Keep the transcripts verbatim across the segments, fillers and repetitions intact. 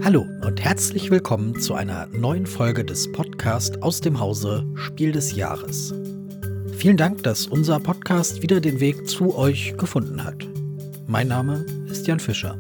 Hallo und herzlich willkommen zu einer neuen Folge des Podcasts aus dem Hause Spiel des Jahres. Vielen Dank, dass unser Podcast wieder den Weg zu euch gefunden hat. Mein Name ist Jan Fischer.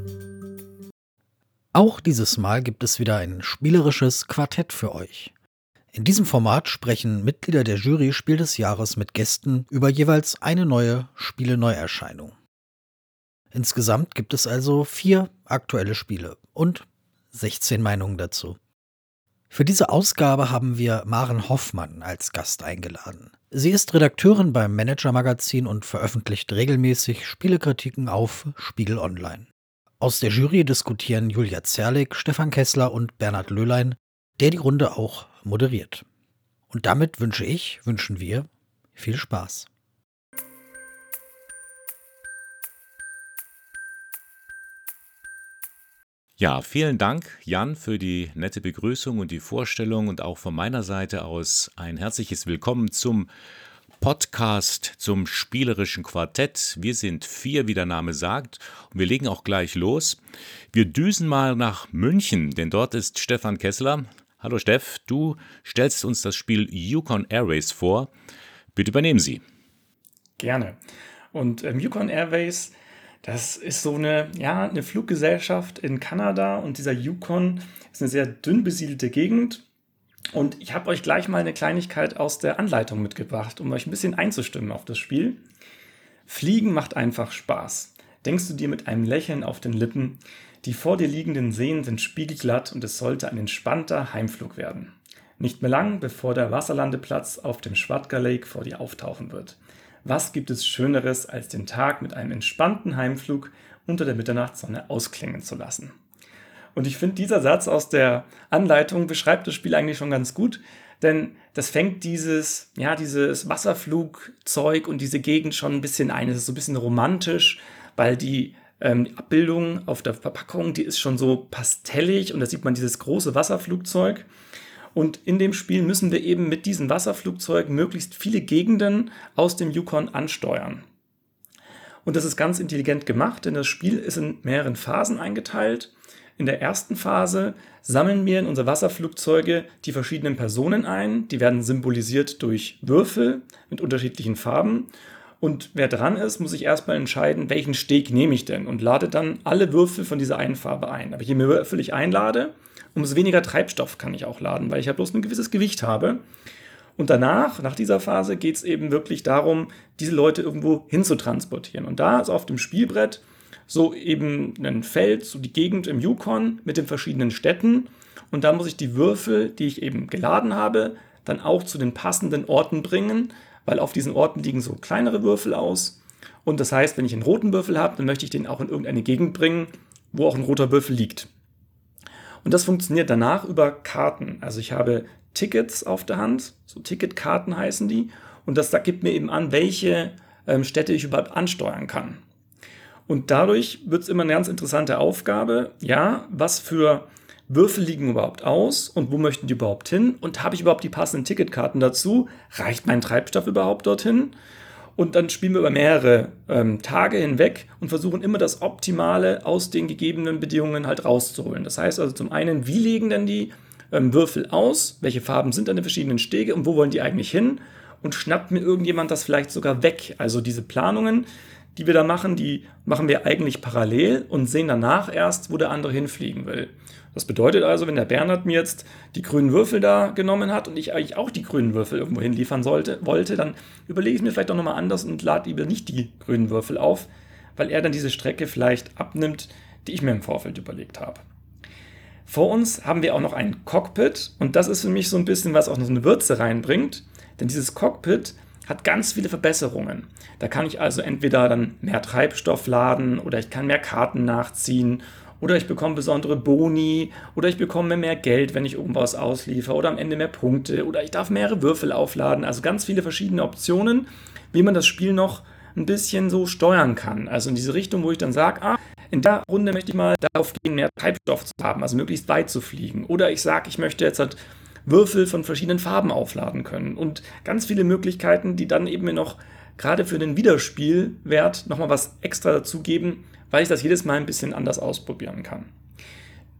Auch dieses Mal gibt es wieder ein spielerisches Quartett für euch. In diesem Format sprechen Mitglieder der Jury Spiel des Jahres mit Gästen über jeweils eine neue Spiele-Neuerscheinung. Insgesamt gibt es also vier aktuelle Spiele und sechzehn Meinungen dazu. Für diese Ausgabe haben wir Maren Hoffmann als Gast eingeladen. Sie ist Redakteurin beim Manager-Magazin und veröffentlicht regelmäßig Spielekritiken auf Spiegel Online. Aus der Jury diskutieren Julia Zerlik, Stefan Kessler und Bernhard Löhlein, der die Runde auch moderiert. Und damit wünsche ich, wünschen wir viel Spaß. Ja, vielen Dank, Jan, für die nette Begrüßung und die Vorstellung und auch von meiner Seite aus ein herzliches Willkommen zum Podcast zum spielerischen Quartett. Wir sind vier, wie der Name sagt, und wir legen auch gleich los. Wir düsen mal nach München, denn dort ist Stefan Kessler. Hallo Steff, du stellst uns das Spiel Yukon Airways vor. Bitte übernehmen Sie. Gerne. Und ähm, Yukon Airways, das ist so eine, ja, eine Fluggesellschaft in Kanada und dieser Yukon ist eine sehr dünn besiedelte Gegend. Und ich habe euch gleich mal eine Kleinigkeit aus der Anleitung mitgebracht, um euch ein bisschen einzustimmen auf das Spiel. Fliegen macht einfach Spaß. Denkst du dir mit einem Lächeln auf den Lippen, die vor dir liegenden Seen sind spiegelglatt und es sollte ein entspannter Heimflug werden. Nicht mehr lang, bevor der Wasserlandeplatz auf dem Schwatka Lake vor dir auftauchen wird. Was gibt es Schöneres, als den Tag mit einem entspannten Heimflug unter der Mitternachtssonne ausklingen zu lassen? Und ich finde, dieser Satz aus der Anleitung beschreibt das Spiel eigentlich schon ganz gut, denn das fängt dieses, ja, dieses Wasserflugzeug und diese Gegend schon ein bisschen ein. Es ist so ein bisschen romantisch, weil die, ähm, die Abbildung auf der Verpackung, die ist schon so pastellig und da sieht man dieses große Wasserflugzeug. Und in dem Spiel müssen wir eben mit diesen Wasserflugzeugen möglichst viele Gegenden aus dem Yukon ansteuern. Und das ist ganz intelligent gemacht, denn das Spiel ist in mehreren Phasen eingeteilt. In der ersten Phase sammeln wir in unsere Wasserflugzeuge die verschiedenen Personen ein. Die werden symbolisiert durch Würfel mit unterschiedlichen Farben. Und wer dran ist, muss sich erstmal entscheiden, welchen Steg nehme ich denn und lade dann alle Würfel von dieser einen Farbe ein. Aber je mehr Würfel ich einlade, umso weniger Treibstoff kann ich auch laden, weil ich ja bloß ein gewisses Gewicht habe. Und danach, nach dieser Phase, geht es eben wirklich darum, diese Leute irgendwo hinzutransportieren. Und da ist auf dem Spielbrett so eben ein Feld, so die Gegend im Yukon mit den verschiedenen Städten. Und da muss ich die Würfel, die ich eben geladen habe, dann auch zu den passenden Orten bringen, weil auf diesen Orten liegen so kleinere Würfel aus. Und das heißt, wenn ich einen roten Würfel habe, dann möchte ich den auch in irgendeine Gegend bringen, wo auch ein roter Würfel liegt. Und das funktioniert danach über Karten. Also ich habe Tickets auf der Hand, so Ticketkarten heißen die. Und das gibt mir eben an, welche ähm, Städte ich überhaupt ansteuern kann. Und dadurch wird es immer eine ganz interessante Aufgabe. Ja, was für Würfel liegen überhaupt aus und wo möchten die überhaupt hin? Und habe ich überhaupt die passenden Ticketkarten dazu? Reicht mein Treibstoff überhaupt dorthin? Und dann spielen wir über mehrere ähm, Tage hinweg und versuchen immer das Optimale aus den gegebenen Bedingungen halt rauszuholen. Das heißt also zum einen, wie legen denn die ähm, Würfel aus? Welche Farben sind an den verschiedenen Stege und wo wollen die eigentlich hin? Und schnappt mir irgendjemand das vielleicht sogar weg? Also diese Planungen, die wir da machen, die machen wir eigentlich parallel und sehen danach erst, wo der andere hinfliegen will. Das bedeutet also, wenn der Bernhard mir jetzt die grünen Würfel da genommen hat und ich eigentlich auch die grünen Würfel irgendwo hinliefern sollte, wollte, dann überlege ich mir vielleicht auch nochmal anders und lade lieber nicht die grünen Würfel auf, weil er dann diese Strecke vielleicht abnimmt, die ich mir im Vorfeld überlegt habe. Vor uns haben wir auch noch ein Cockpit und das ist für mich so ein bisschen, was auch noch so eine Würze reinbringt, denn dieses Cockpit hat ganz viele Verbesserungen. Da kann ich also entweder dann mehr Treibstoff laden oder ich kann mehr Karten nachziehen oder ich bekomme besondere Boni oder ich bekomme mehr Geld, wenn ich irgendwas ausliefere oder am Ende mehr Punkte oder ich darf mehrere Würfel aufladen. Also ganz viele verschiedene Optionen, wie man das Spiel noch ein bisschen so steuern kann. Also in diese Richtung, wo ich dann sage, ah, in der Runde möchte ich mal darauf gehen, mehr Treibstoff zu haben, also möglichst weit zu fliegen. Oder ich sage, ich möchte jetzt halt Würfel von verschiedenen Farben aufladen können und ganz viele Möglichkeiten, die dann eben mir noch gerade für den Wiederspielwert nochmal was extra dazu geben, weil ich das jedes Mal ein bisschen anders ausprobieren kann.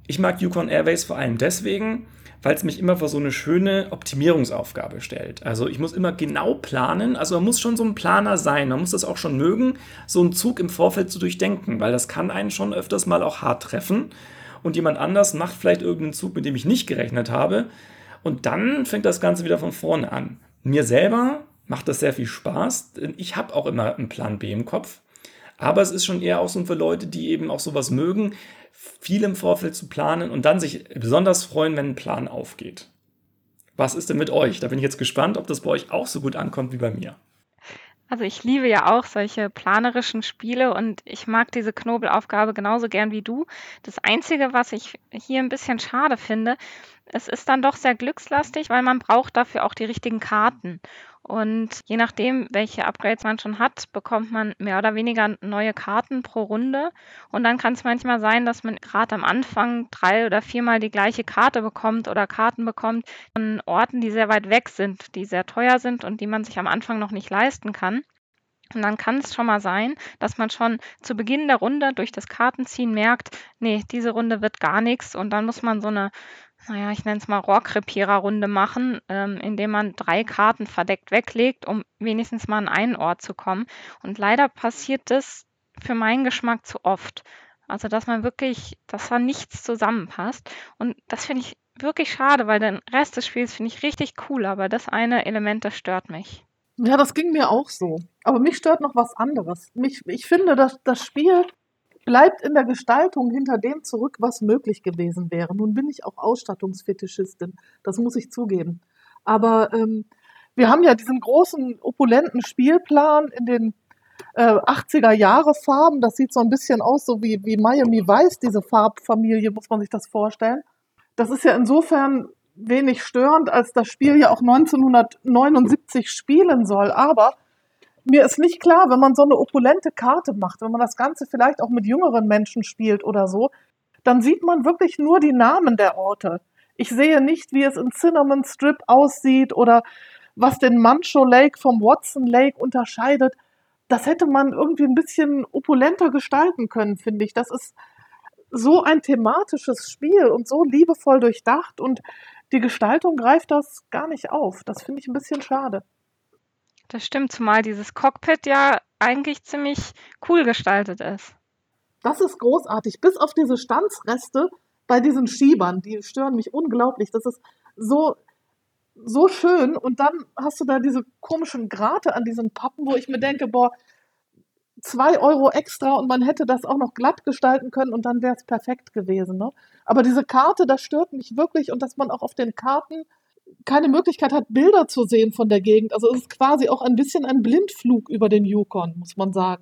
Ich mag Yukon Airways vor allem deswegen, weil es mich immer vor so eine schöne Optimierungsaufgabe stellt. Also ich muss immer genau planen, also man muss schon so ein Planer sein, man muss das auch schon mögen, so einen Zug im Vorfeld zu durchdenken, weil das kann einen schon öfters mal auch hart treffen und jemand anders macht vielleicht irgendeinen Zug, mit dem ich nicht gerechnet habe und dann fängt das Ganze wieder von vorne an. Mir selber macht das sehr viel Spaß, denn ich habe auch immer einen Plan B im Kopf, aber es ist schon eher auch so für Leute, die eben auch sowas mögen, viel im Vorfeld zu planen und dann sich besonders freuen, wenn ein Plan aufgeht. Was ist denn mit euch? Da bin ich jetzt gespannt, ob das bei euch auch so gut ankommt wie bei mir. Also ich liebe ja auch solche planerischen Spiele und ich mag diese Knobelaufgabe genauso gern wie du. Das Einzige, was ich hier ein bisschen schade finde, es ist dann doch sehr glückslastig, weil man braucht dafür auch die richtigen Karten. Und je nachdem, welche Upgrades man schon hat, bekommt man mehr oder weniger neue Karten pro Runde. Und dann kann es manchmal sein, dass man gerade am Anfang drei oder viermal die gleiche Karte bekommt oder Karten bekommt an Orten, die sehr weit weg sind, die sehr teuer sind und die man sich am Anfang noch nicht leisten kann. Und dann kann es schon mal sein, dass man schon zu Beginn der Runde durch das Kartenziehen merkt, nee, diese Runde wird gar nichts. Und dann muss man so eine, naja, ich nenne es mal Rohrkrepierer-Runde machen, ähm, indem man drei Karten verdeckt weglegt, um wenigstens mal an einen Ort zu kommen. Und leider passiert das für meinen Geschmack zu oft. Also, dass man wirklich, dass da nichts zusammenpasst. Und das finde ich wirklich schade, weil den Rest des Spiels finde ich richtig cool, aber das eine Element, das stört mich. Ja, das ging mir auch so. Aber mich stört noch was anderes. Mich, ich finde, dass das Spiel bleibt in der Gestaltung hinter dem zurück, was möglich gewesen wäre. Nun bin ich auch Ausstattungsfetischistin, das muss ich zugeben. Aber ähm, wir haben ja diesen großen, opulenten Spielplan in den äh, achtziger-Jahre-Farben. Das sieht so ein bisschen aus, so wie, wie Miami Vice, diese Farbfamilie, muss man sich das vorstellen. Das ist ja insofern wenig störend, als das Spiel ja auch neunzehnhundertneunundsiebzig spielen soll. Aber mir ist nicht klar, wenn man so eine opulente Karte macht, wenn man das Ganze vielleicht auch mit jüngeren Menschen spielt oder so, dann sieht man wirklich nur die Namen der Orte. Ich sehe nicht, wie es in Cinnamon Strip aussieht oder was den Mancho Lake vom Watson Lake unterscheidet. Das hätte man irgendwie ein bisschen opulenter gestalten können, finde ich. Das ist so ein thematisches Spiel und so liebevoll durchdacht und die Gestaltung greift das gar nicht auf. Das finde ich ein bisschen schade. Das stimmt, zumal dieses Cockpit ja eigentlich ziemlich cool gestaltet ist. Das ist großartig, bis auf diese Stanzreste bei diesen Schiebern, die stören mich unglaublich. Das ist so, so schön und dann hast du da diese komischen Grate an diesen Pappen, wo ich mir denke, boah, zwei Euro extra und man hätte das auch noch glatt gestalten können und dann wäre es perfekt gewesen. Ne? Aber diese Karte, das stört mich wirklich und dass man auch auf den Karten keine Möglichkeit hat, Bilder zu sehen von der Gegend. Also es ist quasi auch ein bisschen ein Blindflug über den Yukon, muss man sagen.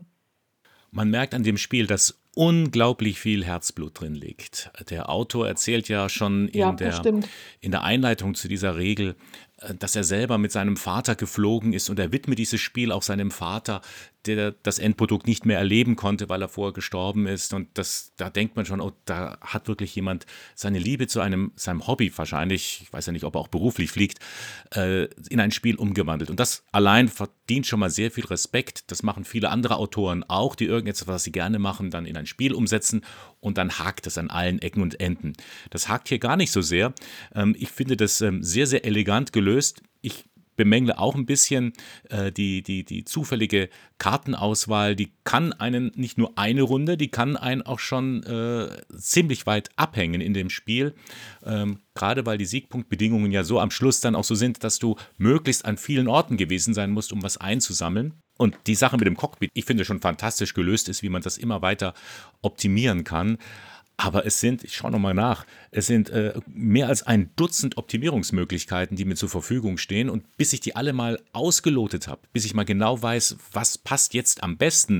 Man merkt an dem Spiel, dass unglaublich viel Herzblut drin liegt. Der Autor erzählt ja schon in, Ja, der, das stimmt. in der Einleitung zu dieser Regel, äh, dass er selber mit seinem Vater geflogen ist und er widmet dieses Spiel auch seinem Vater, der das Endprodukt nicht mehr erleben konnte, weil er vorher gestorben ist. Und das, da denkt man schon, oh, da hat wirklich jemand seine Liebe zu einem, seinem Hobby wahrscheinlich, ich weiß ja nicht, ob er auch beruflich fliegt, äh, in ein Spiel umgewandelt. Und das allein verdient schon mal sehr viel Respekt. Das machen viele andere Autoren auch, die irgendetwas, was sie gerne machen, dann in ein Spiel umsetzen und dann hakt es an allen Ecken und Enden. Das hakt hier gar nicht so sehr. Ähm, ich finde das ähm, sehr, sehr elegant gelöst. Ich bemängle auch ein bisschen äh, die, die, die zufällige Kartenauswahl. Die kann einen nicht nur eine Runde, die kann einen auch schon äh, ziemlich weit abhängen in dem Spiel. Ähm, gerade weil die Siegpunktbedingungen ja so am Schluss dann auch so sind, dass du möglichst an vielen Orten gewesen sein musst, um was einzusammeln. Und die Sache mit dem Cockpit, ich finde schon fantastisch gelöst ist, wie man das immer weiter optimieren kann. Aber es sind, ich schaue nochmal nach, es sind äh, mehr als ein Dutzend Optimierungsmöglichkeiten, die mir zur Verfügung stehen. Und bis ich die alle mal ausgelotet habe, bis ich mal genau weiß, was passt jetzt am besten,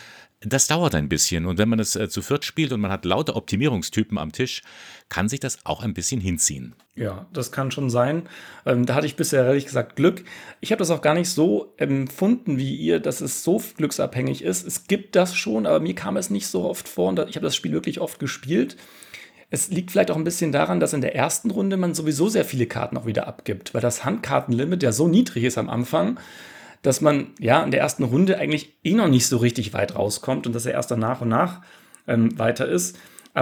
das dauert ein bisschen. Und wenn man es äh, zu viert spielt und man hat lauter Optimierungstypen am Tisch, kann sich das auch ein bisschen hinziehen. Ja, das kann schon sein. Ähm, da hatte ich bisher ehrlich gesagt Glück. Ich habe das auch gar nicht so empfunden wie ihr, dass es so glücksabhängig ist. Es gibt das schon, aber mir kam es nicht so oft vor. Und ich habe das Spiel wirklich oft gespielt. Es liegt vielleicht auch ein bisschen daran, dass in der ersten Runde man sowieso sehr viele Karten auch wieder abgibt, weil das Handkartenlimit ja so niedrig ist am Anfang, dass man ja in der ersten Runde eigentlich eh noch nicht so richtig weit rauskommt und dass er erst dann nach und nach ähm, weiter ist. Aber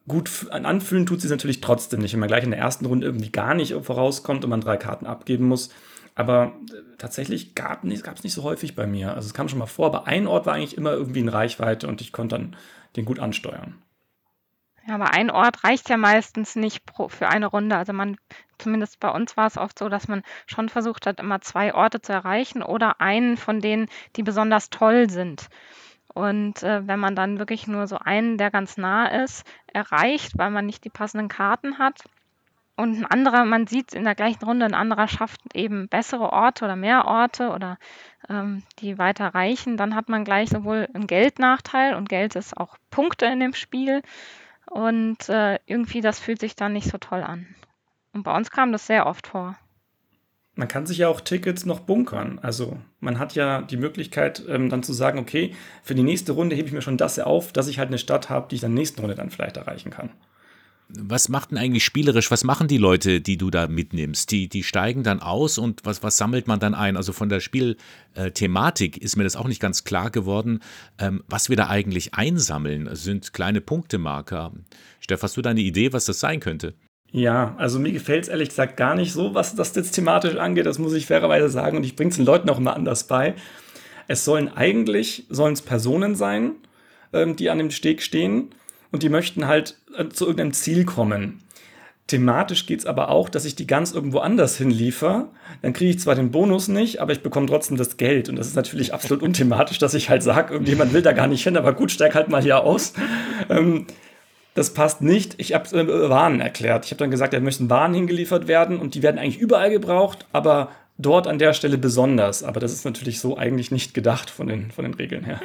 gut f- an- anfühlen tut sie natürlich trotzdem nicht, wenn man gleich in der ersten Runde irgendwie gar nicht vorauskommt und man drei Karten abgeben muss. Aber äh, tatsächlich gab es nicht so häufig bei mir. Also es kam schon mal vor, aber ein Ort war eigentlich immer irgendwie in Reichweite und ich konnte dann den gut ansteuern. Ja, aber ein Ort reicht ja meistens nicht pro, für eine Runde. Also man, zumindest bei uns war es oft so, dass man schon versucht hat, immer zwei Orte zu erreichen oder einen von denen, die besonders toll sind. Und äh, wenn man dann wirklich nur so einen, der ganz nah ist, erreicht, weil man nicht die passenden Karten hat, und ein anderer, man sieht in der gleichen Runde, ein anderer schafft eben bessere Orte oder mehr Orte oder ähm, die weiter reichen, dann hat man gleich sowohl einen Geldnachteil und Geld ist auch Punkte in dem Spiel und äh, irgendwie das fühlt sich dann nicht so toll an. Und bei uns kam das sehr oft vor. Man kann sich ja auch Tickets noch bunkern. Also man hat ja die Möglichkeit, ähm, dann zu sagen, okay, für die nächste Runde hebe ich mir schon das auf, dass ich halt eine Stadt habe, die ich in der nächsten Runde dann vielleicht erreichen kann. Was macht denn eigentlich spielerisch, was machen die Leute, die du da mitnimmst? Die, die steigen dann aus und was, was sammelt man dann ein? Also von der Spielthematik ist mir das auch nicht ganz klar geworden, ähm, was wir da eigentlich einsammeln. Das sind kleine Punktemarker. Steff, hast du da eine Idee, was das sein könnte? Ja, also mir gefällt es ehrlich gesagt gar nicht so, was das jetzt thematisch angeht, das muss ich fairerweise sagen und ich bringe es den Leuten auch immer anders bei. Es sollen eigentlich, sollen es Personen sein, ähm, die an dem Steg stehen und die möchten halt äh, zu irgendeinem Ziel kommen. Thematisch geht es aber auch, dass ich die ganz irgendwo anders hinliefer. Dann kriege ich zwar den Bonus nicht, aber ich bekomme trotzdem das Geld. Und das ist natürlich absolut unthematisch, dass ich halt sage, irgendjemand will da gar nicht hin, aber gut, steig halt mal hier aus. Ähm, das passt nicht. Ich habe äh, Waren erklärt. Ich habe dann gesagt, da müssen Waren hingeliefert werden und die werden eigentlich überall gebraucht, aber dort an der Stelle besonders. Aber das ist natürlich so eigentlich nicht gedacht von den, von den Regeln her.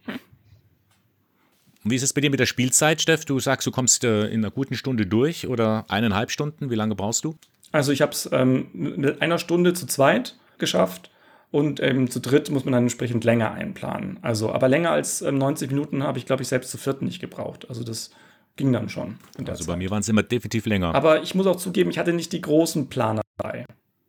Und wie ist es bei dir mit der Spielzeit, Steff? Du sagst, du kommst äh, in einer guten Stunde durch oder eineinhalb Stunden. Wie lange brauchst du? Also ich habe es ähm, mit einer Stunde zu zweit geschafft und ähm, zu dritt muss man dann entsprechend länger einplanen. Also, aber länger als ähm, neunzig Minuten habe ich, glaube ich, selbst zu viert nicht gebraucht. Also das ging dann schon. In der Also Zeit. bei mir waren es immer definitiv länger. Aber ich muss auch zugeben, ich hatte nicht die großen Planer dabei.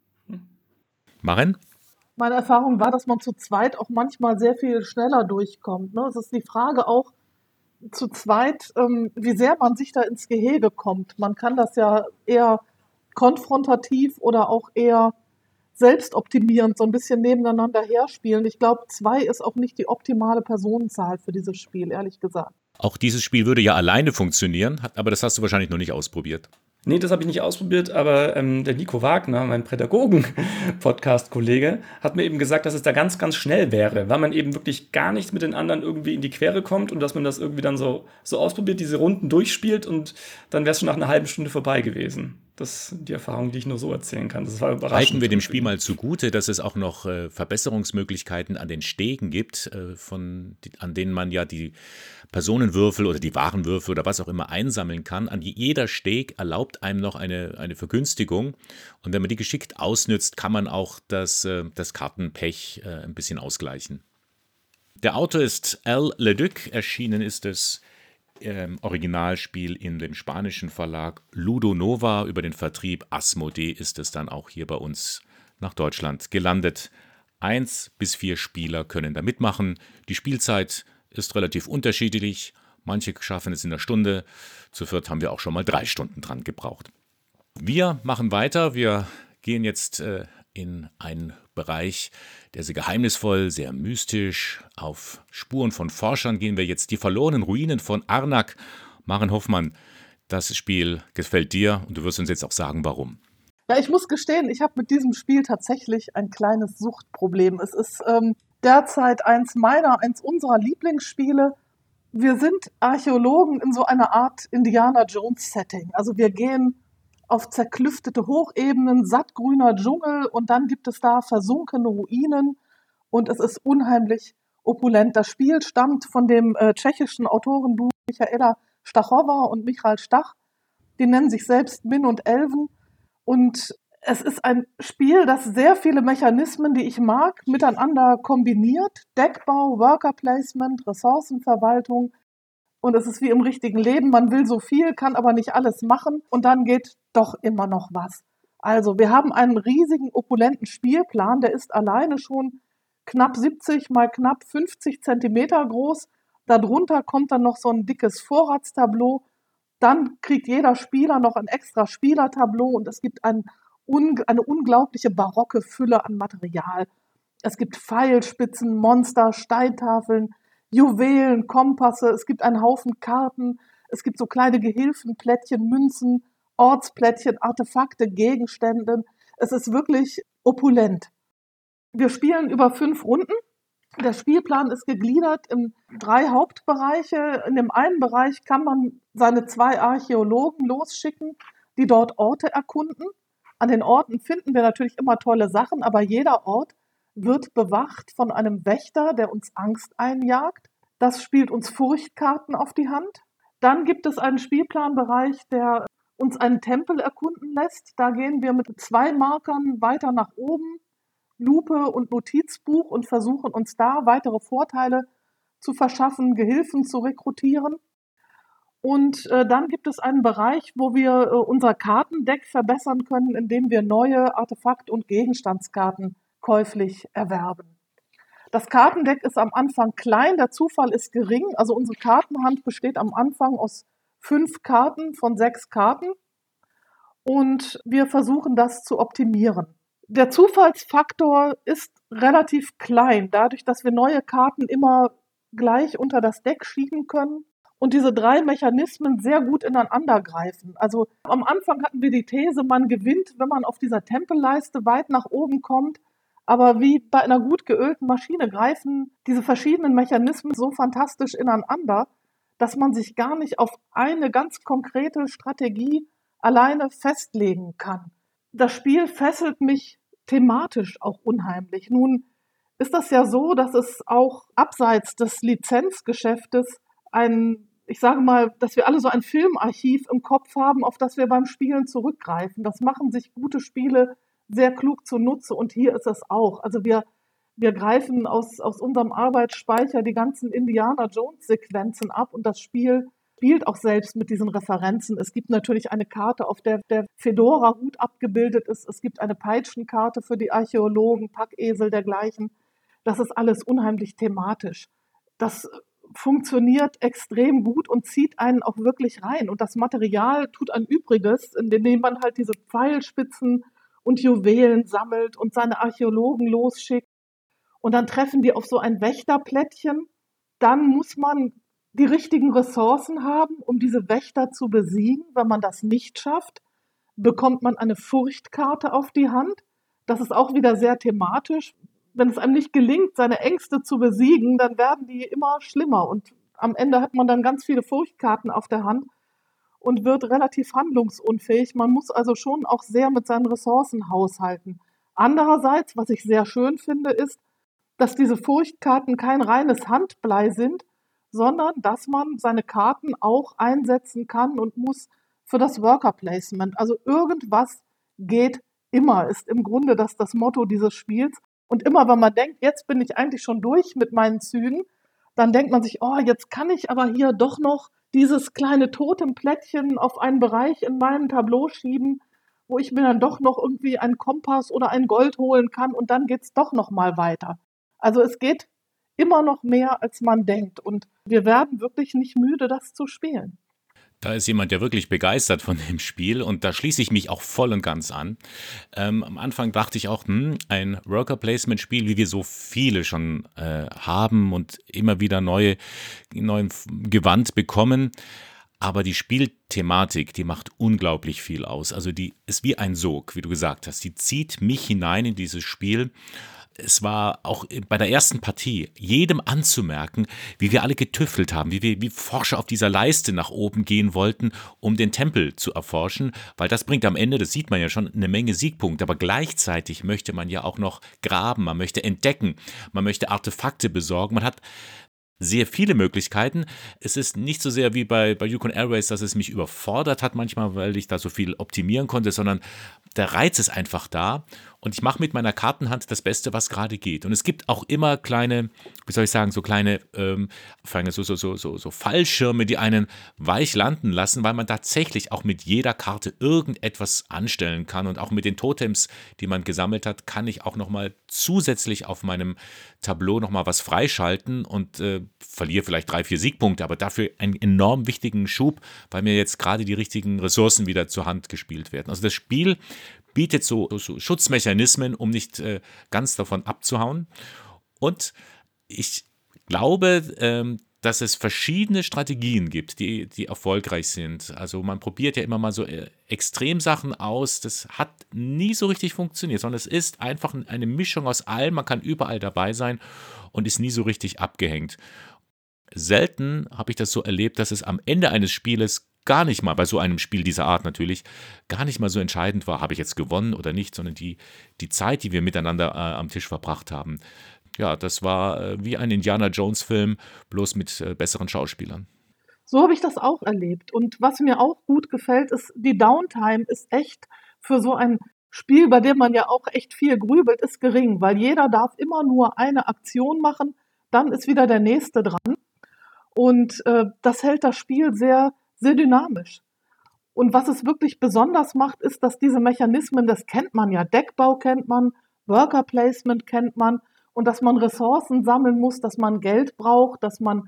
Maren? Meine Erfahrung war, dass man zu zweit auch manchmal sehr viel schneller durchkommt. Ne? Es ist die Frage auch zu zweit, ähm, wie sehr man sich da ins Gehege kommt. Man kann das ja eher konfrontativ oder auch eher selbstoptimierend so ein bisschen nebeneinander herspielen. Ich glaube, zwei ist auch nicht die optimale Personenzahl für dieses Spiel, ehrlich gesagt. Auch dieses Spiel würde ja alleine funktionieren, hat- aber das hast du wahrscheinlich noch nicht ausprobiert. Nee, das habe ich nicht ausprobiert, aber ähm, der Nico Wagner, mein Pädagogen-Podcast-Kollege, hat mir eben gesagt, dass es da ganz, ganz schnell wäre, weil man eben wirklich gar nicht mit den anderen irgendwie in die Quere kommt und dass man das irgendwie dann so, so ausprobiert, diese Runden durchspielt und dann wäre es schon nach einer halben Stunde vorbei gewesen. Das sind die Erfahrungen, die ich nur so erzählen kann. Das war überraschend. Halten wir dem Spiel mal zugute, dass es auch noch äh, Verbesserungsmöglichkeiten an den Stegen gibt, äh, von, die, an denen man ja die Personenwürfel oder die Warenwürfel oder was auch immer einsammeln kann. An jeder Steg erlaubt einem noch eine, eine Vergünstigung. Und wenn man die geschickt ausnützt, kann man auch das, äh, das Kartenpech äh, ein bisschen ausgleichen. Der Autor ist Al Leduc. Erschienen ist es ähm, Originalspiel in dem spanischen Verlag Ludo Nova. Über den Vertrieb Asmodee ist es dann auch hier bei uns nach Deutschland gelandet. Eins bis vier Spieler können da mitmachen. Die Spielzeit ist relativ unterschiedlich. Manche schaffen es in einer Stunde. Zu viert haben wir auch schon mal drei Stunden dran gebraucht. Wir machen weiter. Wir gehen jetzt äh, in einen Bereich, der sehr geheimnisvoll, sehr mystisch. Auf Spuren von Forschern gehen wir jetzt. Die verlorenen Ruinen von Arnak. Maren Hoffmann, das Spiel gefällt dir und du wirst uns jetzt auch sagen, warum. Ja, ich muss gestehen, ich habe mit diesem Spiel tatsächlich ein kleines Suchtproblem. Es ist ähm, derzeit eins meiner, eins unserer Lieblingsspiele. Wir sind Archäologen in so einer Art Indiana-Jones-Setting. Also wir gehen auf zerklüftete Hochebenen, sattgrüner Dschungel und dann gibt es da versunkene Ruinen und es ist unheimlich opulent. Das Spiel stammt von dem äh, tschechischen Autorenduo Michaela Stachowa und Michal Stach. Die nennen sich selbst Min und Elven und es ist ein Spiel, das sehr viele Mechanismen, die ich mag, miteinander kombiniert. Deckbau, Worker Placement, Ressourcenverwaltung. Und es ist wie im richtigen Leben. Man will so viel, kann aber nicht alles machen. Und dann geht doch immer noch was. Also wir haben einen riesigen, opulenten Spielplan. Der ist alleine schon knapp siebzig mal knapp fünfzig Zentimeter groß. Darunter kommt dann noch so ein dickes Vorratstableau. Dann kriegt jeder Spieler noch ein extra Spielertableau und es gibt ein, un, eine unglaubliche barocke Fülle an Material. Es gibt Pfeilspitzen, Monster, Steintafeln, Juwelen, Kompasse, es gibt einen Haufen Karten, es gibt so kleine Gehilfen, Plättchen, Münzen, Ortsplättchen, Artefakte, Gegenstände. Es ist wirklich opulent. Wir spielen über fünf Runden. Der Spielplan ist gegliedert in drei Hauptbereiche. In dem einen Bereich kann man seine zwei Archäologen losschicken, die dort Orte erkunden. An den Orten finden wir natürlich immer tolle Sachen, aber jeder Ort wird bewacht von einem Wächter, der uns Angst einjagt. Das spielt uns Furchtkarten auf die Hand. Dann gibt es einen Spielplanbereich, der uns einen Tempel erkunden lässt. Da gehen wir mit zwei Markern weiter nach oben, Lupe und Notizbuch, und versuchen uns da weitere Vorteile zu verschaffen, Gehilfen zu rekrutieren. Und äh, dann gibt es einen Bereich, wo wir äh, unser Kartendeck verbessern können, indem wir neue Artefakt- und Gegenstandskarten käuflich erwerben. Das Kartendeck ist am Anfang klein, der Zufall ist gering. Also unsere Kartenhand besteht am Anfang aus fünf Karten von sechs Karten und wir versuchen das zu optimieren. Der Zufallsfaktor ist relativ klein, dadurch, dass wir neue Karten immer gleich unter das Deck schieben können und diese drei Mechanismen sehr gut ineinander greifen. Also am Anfang hatten wir die These, man gewinnt, wenn man auf dieser Tempelleiste weit nach oben kommt, aber wie bei einer gut geölten Maschine greifen diese verschiedenen Mechanismen so fantastisch ineinander, dass man sich gar nicht auf eine ganz konkrete Strategie alleine festlegen kann. Das Spiel fesselt mich thematisch auch unheimlich. Nun ist das ja so, dass es auch abseits des Lizenzgeschäftes ein, ich sage mal, dass wir alle so ein Filmarchiv im Kopf haben, auf das wir beim Spielen zurückgreifen. Das machen sich gute Spiele sehr klug zunutze und hier ist es auch. Also wir, wir greifen aus, aus unserem Arbeitsspeicher die ganzen Indiana-Jones-Sequenzen ab und das Spiel spielt auch selbst mit diesen Referenzen. Es gibt natürlich eine Karte, auf der der Fedora-Hut abgebildet ist. Es gibt eine Peitschenkarte für die Archäologen, Packesel dergleichen. Das ist alles unheimlich thematisch. Das funktioniert extrem gut und zieht einen auch wirklich rein. Und das Material tut ein Übriges, indem man halt diese Pfeilspitzen und Juwelen sammelt und seine Archäologen losschickt. Und dann treffen die auf so ein Wächterplättchen. Dann muss man die richtigen Ressourcen haben, um diese Wächter zu besiegen. Wenn man das nicht schafft, bekommt man eine Furchtkarte auf die Hand. Das ist auch wieder sehr thematisch. Wenn es einem nicht gelingt, seine Ängste zu besiegen, dann werden die immer schlimmer. Und am Ende hat man dann ganz viele Furchtkarten auf der Hand und wird relativ handlungsunfähig. Man muss also schon auch sehr mit seinen Ressourcen haushalten. Andererseits, was ich sehr schön finde, ist, dass diese Furchtkarten kein reines Handblei sind, sondern dass man seine Karten auch einsetzen kann und muss für das Worker Placement. Also irgendwas geht immer, ist im Grunde das, das Motto dieses Spiels. Und immer, wenn man denkt, jetzt bin ich eigentlich schon durch mit meinen Zügen, dann denkt man sich, oh, jetzt kann ich aber hier doch noch dieses kleine Totemplättchen auf einen Bereich in meinem Tableau schieben, wo ich mir dann doch noch irgendwie einen Kompass oder ein Gold holen kann und dann geht's doch noch mal weiter. Also es geht immer noch mehr, als man denkt und wir werden wirklich nicht müde, das zu spielen. Da ist jemand, der wirklich begeistert von dem Spiel und da schließe ich mich auch voll und ganz an. Ähm, am Anfang dachte ich auch, hm, ein Worker-Placement-Spiel, wie wir so viele schon äh, haben und immer wieder neue, neuen Gewand bekommen. Aber die Spielthematik, die macht unglaublich viel aus. Also die ist wie ein Sog, wie du gesagt hast. Die zieht mich hinein in dieses Spiel. Es war auch bei der ersten Partie jedem anzumerken, wie wir alle getüffelt haben, wie wir wie Forscher auf dieser Leiste nach oben gehen wollten, um den Tempel zu erforschen, weil das bringt am Ende, das sieht man ja schon, eine Menge Siegpunkte, aber gleichzeitig möchte man ja auch noch graben, man möchte entdecken, man möchte Artefakte besorgen, man hat sehr viele Möglichkeiten. Es ist nicht so sehr wie bei, bei Yukon Airways, dass es mich überfordert hat manchmal, weil ich da so viel optimieren konnte, sondern der Reiz ist einfach da und ich mache mit meiner Kartenhand das Beste, was gerade geht. Und es gibt auch immer kleine, wie soll ich sagen, so kleine ähm, so, so, so, so, so Fallschirme, die einen weich landen lassen, weil man tatsächlich auch mit jeder Karte irgendetwas anstellen kann. Und auch mit den Totems, die man gesammelt hat, kann ich auch nochmal zusätzlich auf meinem Tableau nochmal was freischalten und äh, verliere vielleicht drei, vier Siegpunkte, aber dafür einen enorm wichtigen Schub, weil mir jetzt gerade die richtigen Ressourcen wieder zur Hand gespielt werden. Also das Spiel bietet so, so Schutzmechanismen, um nicht äh, ganz davon abzuhauen. Und ich glaube, ähm, dass es verschiedene Strategien gibt, die, die erfolgreich sind. Also man probiert ja immer mal so äh, Extremsachen aus. Das hat nie so richtig funktioniert, sondern es ist einfach eine Mischung aus allem. Man kann überall dabei sein und ist nie so richtig abgehängt. Selten habe ich das so erlebt, dass es am Ende eines Spieles gar nicht mal, bei so einem Spiel dieser Art natürlich, gar nicht mal so entscheidend war, habe ich jetzt gewonnen oder nicht, sondern die, die Zeit, die wir miteinander äh, am Tisch verbracht haben. Ja, das war äh, wie ein Indiana-Jones-Film, bloß mit äh, besseren Schauspielern. So habe ich das auch erlebt. Und was mir auch gut gefällt, ist, die Downtime ist echt für so ein Spiel, bei dem man ja auch echt viel grübelt, ist gering, weil jeder darf immer nur eine Aktion machen, dann ist wieder der nächste dran. Und äh, das hält das Spiel sehr, sehr dynamisch. Und was es wirklich besonders macht, ist, dass diese Mechanismen, das kennt man ja, Deckbau kennt man, Worker Placement kennt man, und dass man Ressourcen sammeln muss, dass man Geld braucht, dass man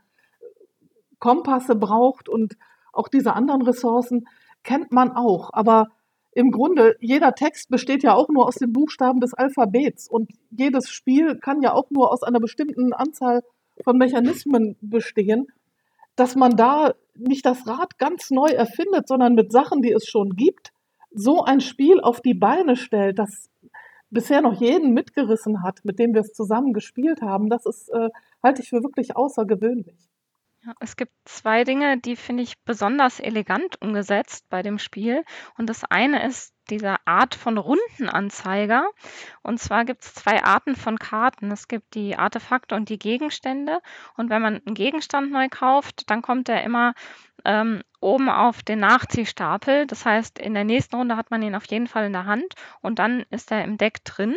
Kompasse braucht und auch diese anderen Ressourcen kennt man auch. Aber im Grunde, jeder Text besteht ja auch nur aus den Buchstaben des Alphabets und jedes Spiel kann ja auch nur aus einer bestimmten Anzahl von Mechanismen bestehen, dass man da nicht das Rad ganz neu erfindet, sondern mit Sachen, die es schon gibt, so ein Spiel auf die Beine stellt, das bisher noch jeden mitgerissen hat, mit dem wir es zusammen gespielt haben. Das ist, äh, halte ich für wirklich außergewöhnlich. Ja, es gibt zwei Dinge, die finde ich besonders elegant umgesetzt bei dem Spiel. Und das eine ist diese Art von Rundenanzeiger. Und zwar gibt es zwei Arten von Karten. Es gibt die Artefakte und die Gegenstände. Und wenn man einen Gegenstand neu kauft, dann kommt er immer ähm, oben auf den Nachziehstapel. Das heißt, in der nächsten Runde hat man ihn auf jeden Fall in der Hand und dann ist er im Deck drin.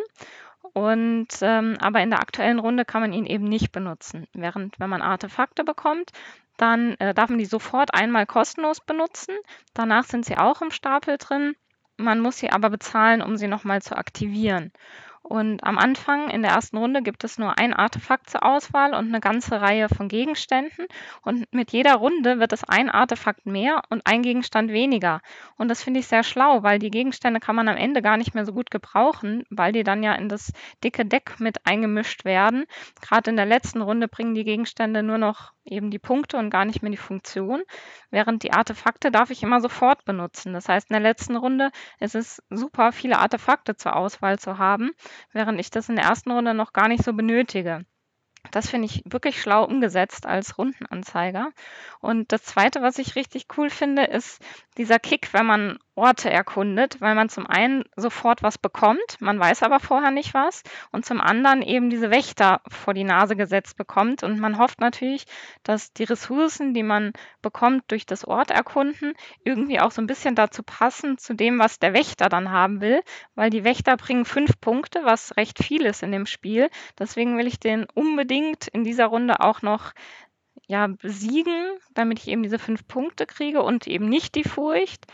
Und ähm, aber in der aktuellen Runde kann man ihn eben nicht benutzen. Während wenn man Artefakte bekommt, dann äh, darf man die sofort einmal kostenlos benutzen. Danach sind sie auch im Stapel drin. Man muss sie aber bezahlen, um sie nochmal zu aktivieren. Und am Anfang in der ersten Runde gibt es nur ein Artefakt zur Auswahl und eine ganze Reihe von Gegenständen. Und mit jeder Runde wird es ein Artefakt mehr und ein Gegenstand weniger. Und das finde ich sehr schlau, weil die Gegenstände kann man am Ende gar nicht mehr so gut gebrauchen, weil die dann ja in das dicke Deck mit eingemischt werden. Gerade in der letzten Runde bringen die Gegenstände nur noch eben die Punkte und gar nicht mehr die Funktion. Während die Artefakte darf ich immer sofort benutzen. Das heißt, in der letzten Runde ist es super, viele Artefakte zur Auswahl zu haben, während ich das in der ersten Runde noch gar nicht so benötige. Das finde ich wirklich schlau umgesetzt als Rundenanzeiger. Und das Zweite, was ich richtig cool finde, ist dieser Kick, wenn man Orte erkundet, weil man zum einen sofort was bekommt, man weiß aber vorher nicht was, und zum anderen eben diese Wächter vor die Nase gesetzt bekommt. Und man hofft natürlich, dass die Ressourcen, die man bekommt durch das Ort erkunden, irgendwie auch so ein bisschen dazu passen, zu dem, was der Wächter dann haben will, weil die Wächter bringen fünf Punkte, was recht viel ist in dem Spiel. Deswegen will ich den unbedingt in dieser Runde auch noch ja, besiegen, damit ich eben diese fünf Punkte kriege und eben nicht die Furcht.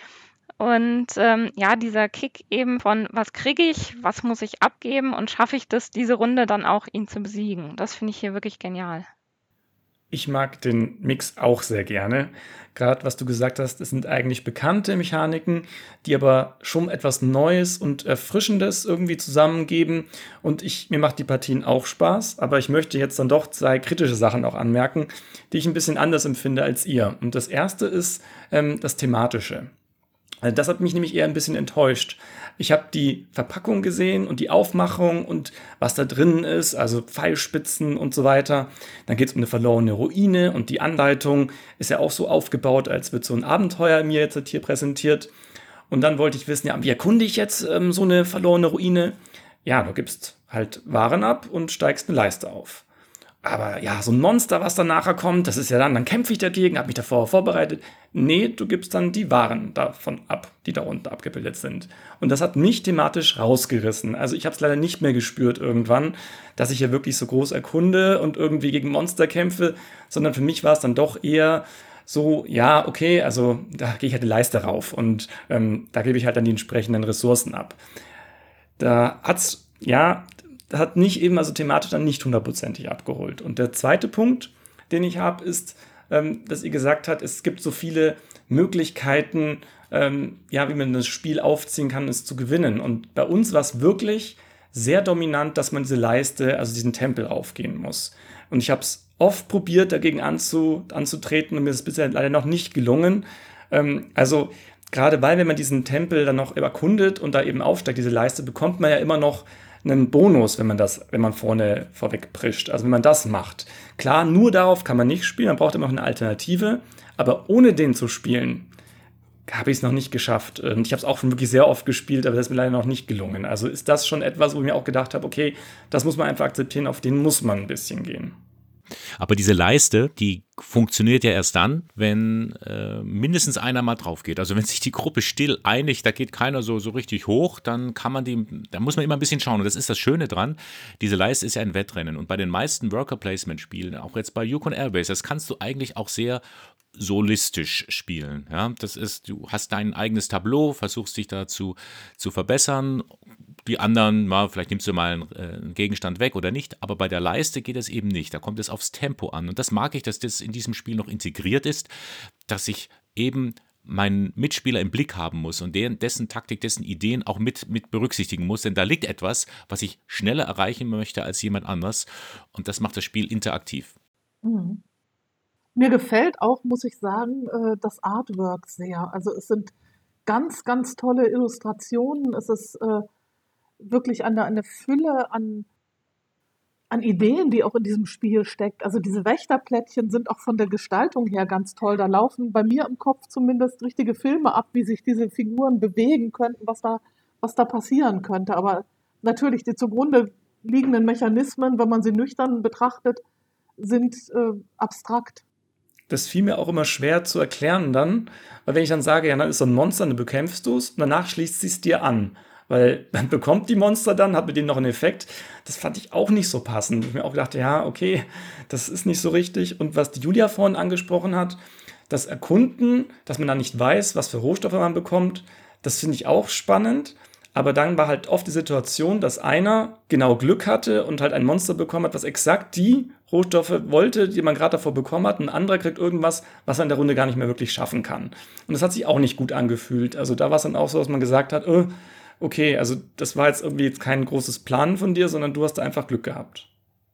Und ähm, ja, dieser Kick eben von, was kriege ich, was muss ich abgeben und schaffe ich das, diese Runde dann auch, ihn zu besiegen. Das finde ich hier wirklich genial. Ich mag den Mix auch sehr gerne. Gerade was du gesagt hast, es sind eigentlich bekannte Mechaniken, die aber schon etwas Neues und Erfrischendes irgendwie zusammengeben. Und ich, mir macht die Partien auch Spaß, aber ich möchte jetzt dann doch zwei kritische Sachen auch anmerken, die ich ein bisschen anders empfinde als ihr. Und das erste ist ähm, das Thematische. Das hat mich nämlich eher ein bisschen enttäuscht. Ich habe die Verpackung gesehen und die Aufmachung und was da drin ist, also Pfeilspitzen und so weiter. Dann geht es um eine verlorene Ruine und die Anleitung ist ja auch so aufgebaut, als wird so ein Abenteuer mir jetzt hier präsentiert. Und dann wollte ich wissen, ja, wie erkunde ich jetzt ähm, so eine verlorene Ruine? Ja, du gibst halt Waren ab und steigst eine Leiste auf. aber ja, so ein Monster, was dann nachher kommt, das ist ja dann, dann kämpfe ich dagegen, habe mich davor vorbereitet. Nee, du gibst dann die Waren davon ab, die da unten abgebildet sind. Und das hat mich thematisch rausgerissen. Also ich habe es leider nicht mehr gespürt irgendwann, dass ich hier wirklich so groß erkunde und irgendwie gegen Monster kämpfe, sondern für mich war es dann doch eher so, ja, okay, also da gehe ich halt eine Leiste rauf und ähm, da gebe ich halt dann die entsprechenden Ressourcen ab. Da hat's, ja, hat nicht eben, also thematisch dann nicht hundertprozentig abgeholt. Und der zweite Punkt, den ich habe, ist, ähm, dass ihr gesagt habt, es gibt so viele Möglichkeiten, ähm, ja, wie man das Spiel aufziehen kann, es zu gewinnen. Und bei uns war es wirklich sehr dominant, dass man diese Leiste, also diesen Tempel raufgehen muss. Und ich habe es oft probiert, dagegen anzu, anzutreten und mir ist es bisher leider noch nicht gelungen. Ähm, also gerade weil, wenn man diesen Tempel dann noch erkundet und da eben aufsteigt, diese Leiste, bekommt man ja immer noch einen Bonus, wenn man das, wenn man vorne vorweg prischt. Also wenn man das macht. Klar, nur darauf kann man nicht spielen, man braucht immer noch eine Alternative, aber ohne den zu spielen, habe ich es noch nicht geschafft. Und ich habe es auch schon wirklich sehr oft gespielt, aber das ist mir leider noch nicht gelungen. Also ist das schon etwas, wo ich mir auch gedacht habe, okay, das muss man einfach akzeptieren, auf den muss man ein bisschen gehen. Aber diese Leiste, die funktioniert ja erst dann, wenn äh, mindestens einer mal drauf geht. Also wenn sich die Gruppe still einigt, da geht keiner so, so richtig hoch, dann kann man die, da muss man immer ein bisschen schauen. Und das ist das Schöne dran, diese Leiste ist ja ein Wettrennen. Und bei den meisten Worker-Placement-Spielen, auch jetzt bei Yukon Airbase, das kannst du eigentlich auch sehr solistisch spielen. Ja? Das ist, du hast dein eigenes Tableau, versuchst dich dazu zu verbessern. Die anderen, mal, vielleicht nimmst du mal einen, äh, einen Gegenstand weg oder nicht, aber bei der Leiste geht es eben nicht. Da kommt es aufs Tempo an. Und das mag ich, dass das in diesem Spiel noch integriert ist, dass ich eben meinen Mitspieler im Blick haben muss und deren, dessen Taktik, dessen Ideen auch mit, mit berücksichtigen muss. Denn da liegt etwas, was ich schneller erreichen möchte als jemand anders. Und das macht das Spiel interaktiv. Mhm. Mir gefällt auch, muss ich sagen, äh, das Artwork sehr. Also es sind ganz, ganz tolle Illustrationen. Es ist äh, wirklich eine, eine Fülle an, an Ideen, die auch in diesem Spiel steckt. Also diese Wächterplättchen sind auch von der Gestaltung her ganz toll. Da laufen bei mir im Kopf zumindest richtige Filme ab, wie sich diese Figuren bewegen könnten, was da, was da passieren könnte. Aber natürlich die zugrunde liegenden Mechanismen, wenn man sie nüchtern betrachtet, sind äh, abstrakt. Das fiel mir auch immer schwer zu erklären dann, weil wenn ich dann sage, ja, dann ist so ein Monster, dann bekämpfst du es und danach schließt sie es dir an. Weil dann bekommt die Monster dann, hat mit denen noch einen Effekt. Das fand ich auch nicht so passend. Ich mir auch gedacht, ja, okay, das ist nicht so richtig. Und was die Julia vorhin angesprochen hat, das Erkunden, dass man dann nicht weiß, was für Rohstoffe man bekommt, das finde ich auch spannend. Aber dann war halt oft die Situation, dass einer genau Glück hatte und halt ein Monster bekommen hat, was exakt die Rohstoffe wollte, die man gerade davor bekommen hat. Ein anderer kriegt irgendwas, was er in der Runde gar nicht mehr wirklich schaffen kann. Und das hat sich auch nicht gut angefühlt. Also da war es dann auch so, dass man gesagt hat, oh, okay, also das war jetzt irgendwie kein großes Plan von dir, sondern du hast da einfach Glück gehabt.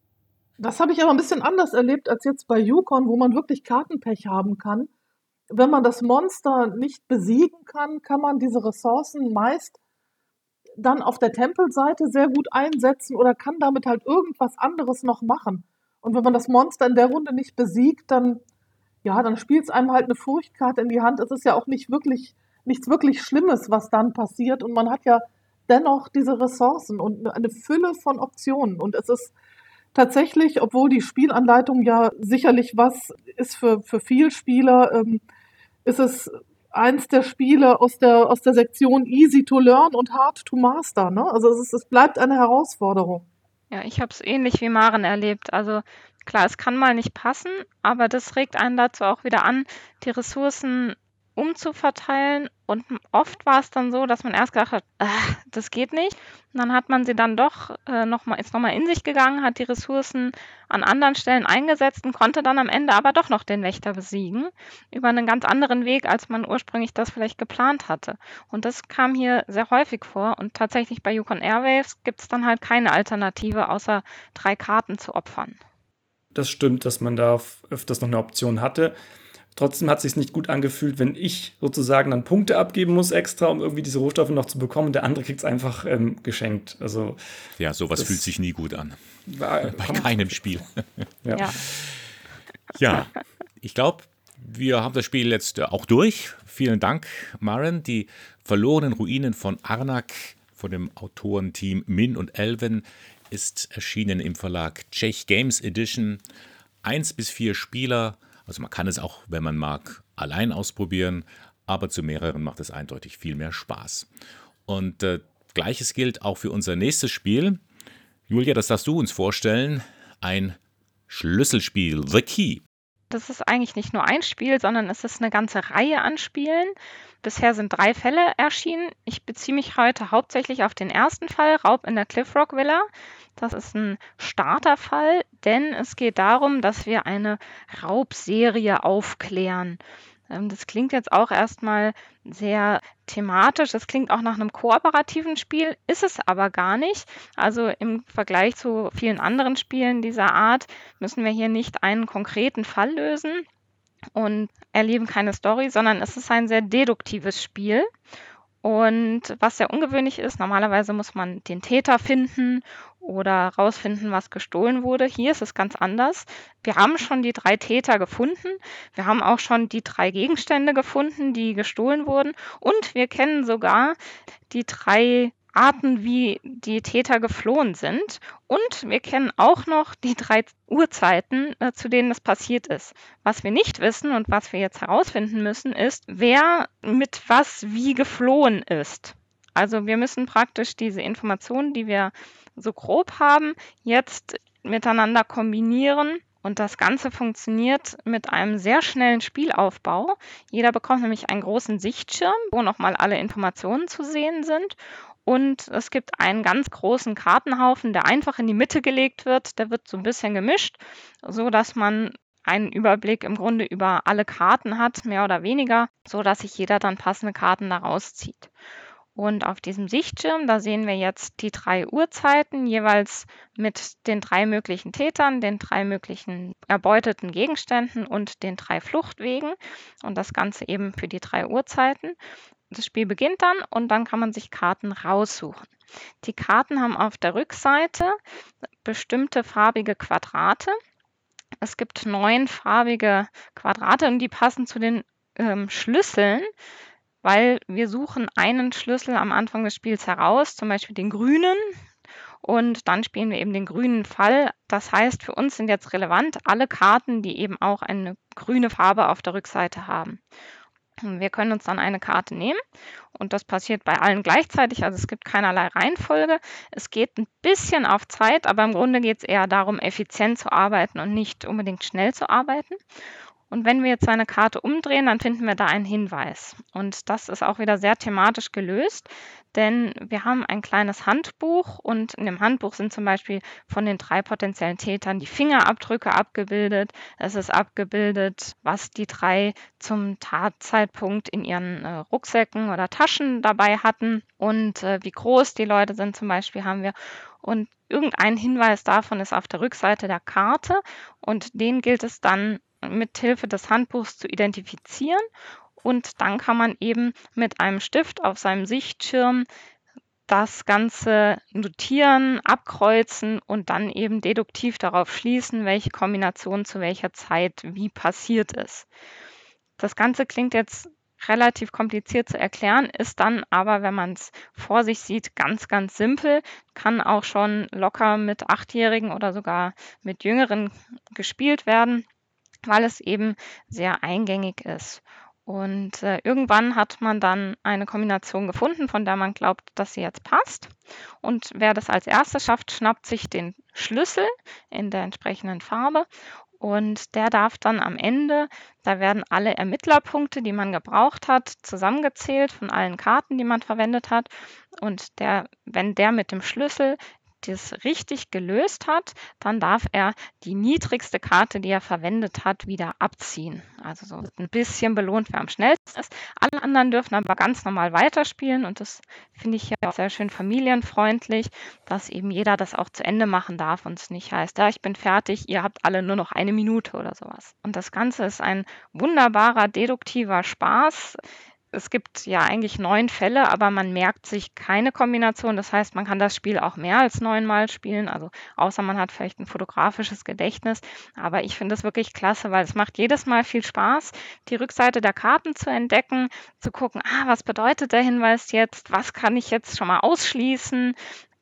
Das habe ich aber ein bisschen anders erlebt als jetzt bei Yukon, wo man wirklich Kartenpech haben kann. Wenn man das Monster nicht besiegen kann, kann man diese Ressourcen meist dann auf der Tempelseite sehr gut einsetzen oder kann damit halt irgendwas anderes noch machen. Und wenn man das Monster in der Runde nicht besiegt, dann, ja, dann spielt es einem halt eine Furchtkarte in die Hand. Es ist ja auch nicht wirklich, nichts wirklich Schlimmes, was dann passiert. Und man hat ja dennoch diese Ressourcen und eine Fülle von Optionen. Und es ist tatsächlich, obwohl die Spielanleitung ja sicherlich was ist für, für viel Spieler, ähm, ist es eins der Spiele aus der, aus der Sektion Easy to Learn und Hard to Master. Ne? Also es, ist, es bleibt eine Herausforderung. Ja, ich habe es ähnlich wie Maren erlebt. Also klar, es kann mal nicht passen, aber das regt einen dazu auch wieder an, die Ressourcen umzuverteilen. Und oft war es dann so, dass man erst gedacht hat, ah, das geht nicht. Und dann hat man sie dann doch äh, noch mal, ist nochmal in sich gegangen, hat die Ressourcen an anderen Stellen eingesetzt und konnte dann am Ende aber doch noch den Wächter besiegen. Über einen ganz anderen Weg, als man ursprünglich das vielleicht geplant hatte. Und das kam hier sehr häufig vor. Und tatsächlich bei Yukon Airwaves gibt es dann halt keine Alternative, außer drei Karten zu opfern. Das stimmt, dass man da öfters noch eine Option hatte. Trotzdem hat es sich nicht gut angefühlt, wenn ich sozusagen dann Punkte abgeben muss extra, um irgendwie diese Rohstoffe noch zu bekommen. Und der andere kriegt es einfach ähm, geschenkt. Also, ja, sowas fühlt sich nie gut an. War, Bei keinem Spiel. Ja. Ja. Ja, ich glaube, wir haben das Spiel jetzt auch durch. Vielen Dank, Maren. Die verlorenen Ruinen von Arnak von dem Autorenteam Min und Elven ist erschienen im Verlag Czech Games Edition. Eins bis vier Spieler, also man kann es auch, wenn man mag, allein ausprobieren, aber zu mehreren macht es eindeutig viel mehr Spaß. Und äh, Gleiches gilt auch für unser nächstes Spiel. Julia, das darfst du uns vorstellen. Ein Schlüsselspiel, The Key. Das ist eigentlich nicht nur ein Spiel, sondern es ist eine ganze Reihe an Spielen. Bisher sind drei Fälle erschienen. Ich beziehe mich heute hauptsächlich auf den ersten Fall, Raub in der Cliff Rock Villa. Das ist ein Starterfall, denn es geht darum, dass wir eine Raubserie aufklären. Ähm, Das klingt jetzt auch erstmal sehr thematisch. Das klingt auch nach einem kooperativen Spiel, ist es aber gar nicht. Also im Vergleich zu vielen anderen Spielen dieser Art müssen wir hier nicht einen konkreten Fall lösen und erleben keine Story, sondern es ist ein sehr deduktives Spiel. Und was sehr ungewöhnlich ist, normalerweise muss man den Täter finden oder rausfinden, was gestohlen wurde. Hier ist es ganz anders. Wir haben schon die drei Täter gefunden. Wir haben auch schon die drei Gegenstände gefunden, die gestohlen wurden. Und wir kennen sogar die drei Arten, wie die Täter geflohen sind. Und wir kennen auch noch die drei Uhrzeiten, äh, zu denen es passiert ist. Was wir nicht wissen und was wir jetzt herausfinden müssen, ist, wer mit was wie geflohen ist. Also wir müssen praktisch diese Informationen, die wir so grob haben, jetzt miteinander kombinieren. Und das Ganze funktioniert mit einem sehr schnellen Spielaufbau. Jeder bekommt nämlich einen großen Sichtschirm, wo nochmal alle Informationen zu sehen sind. Und es gibt einen ganz großen Kartenhaufen, der einfach in die Mitte gelegt wird. Der wird so ein bisschen gemischt, so dass man einen Überblick im Grunde über alle Karten hat, mehr oder weniger, so dass sich jeder dann passende Karten daraus zieht. Und auf diesem Sichtschirm, da sehen wir jetzt die drei Uhrzeiten, jeweils mit den drei möglichen Tätern, den drei möglichen erbeuteten Gegenständen und den drei Fluchtwegen. Und das Ganze eben für die drei Uhrzeiten. Das Spiel beginnt dann und dann kann man sich Karten raussuchen. Die Karten haben auf der Rückseite bestimmte farbige Quadrate. Es gibt neun farbige Quadrate und die passen zu den ähm, Schlüsseln, weil wir suchen einen Schlüssel am Anfang des Spiels heraus, zum Beispiel den grünen. Und dann spielen wir eben den grünen Fall. Das heißt, für uns sind jetzt relevant alle Karten, die eben auch eine grüne Farbe auf der Rückseite haben. Wir können uns dann eine Karte nehmen und das passiert bei allen gleichzeitig, also es gibt keinerlei Reihenfolge. Es geht ein bisschen auf Zeit, aber im Grunde geht es eher darum, effizient zu arbeiten und nicht unbedingt schnell zu arbeiten. Und wenn wir jetzt eine Karte umdrehen, dann finden wir da einen Hinweis. Und das ist auch wieder sehr thematisch gelöst, denn wir haben ein kleines Handbuch und in dem Handbuch sind zum Beispiel von den drei potenziellen Tätern die Fingerabdrücke abgebildet. Es ist abgebildet, was die drei zum Tatzeitpunkt in ihren äh, Rucksäcken oder Taschen dabei hatten und äh, wie groß die Leute sind zum Beispiel haben wir. Und irgendein Hinweis davon ist auf der Rückseite der Karte und den gilt es dann mit Hilfe des Handbuchs zu identifizieren und dann kann man eben mit einem Stift auf seinem Sichtschirm das Ganze notieren, abkreuzen und dann eben deduktiv darauf schließen, welche Kombination zu welcher Zeit wie passiert ist. Das Ganze klingt jetzt relativ kompliziert zu erklären, ist dann aber, wenn man es vor sich sieht, ganz, ganz simpel, kann auch schon locker mit Achtjährigen oder sogar mit Jüngeren gespielt werden, weil es eben sehr eingängig ist. Und äh, irgendwann hat man dann eine Kombination gefunden, von der man glaubt, dass sie jetzt passt. Und wer das als erstes schafft, schnappt sich den Schlüssel in der entsprechenden Farbe. Und der darf dann am Ende, da werden alle Ermittlerpunkte, die man gebraucht hat, zusammengezählt von allen Karten, die man verwendet hat. Und der, wenn der mit dem Schlüssel das richtig gelöst hat, dann darf er die niedrigste Karte, die er verwendet hat, wieder abziehen. Also so ein bisschen belohnt, wer am schnellsten ist. Alle anderen dürfen aber ganz normal weiterspielen und das finde ich ja auch sehr schön familienfreundlich, dass eben jeder das auch zu Ende machen darf und es nicht heißt, ja, ich bin fertig, ihr habt alle nur noch eine Minute oder sowas. Und das Ganze ist ein wunderbarer, deduktiver Spaß. Es gibt ja eigentlich neun Fälle, aber man merkt sich keine Kombination. Das heißt, man kann das Spiel auch mehr als neunmal spielen, also außer man hat vielleicht ein fotografisches Gedächtnis. Aber ich finde es wirklich klasse, weil es macht jedes Mal viel Spaß, die Rückseite der Karten zu entdecken, zu gucken, ah, was bedeutet der Hinweis jetzt, was kann ich jetzt schon mal ausschließen,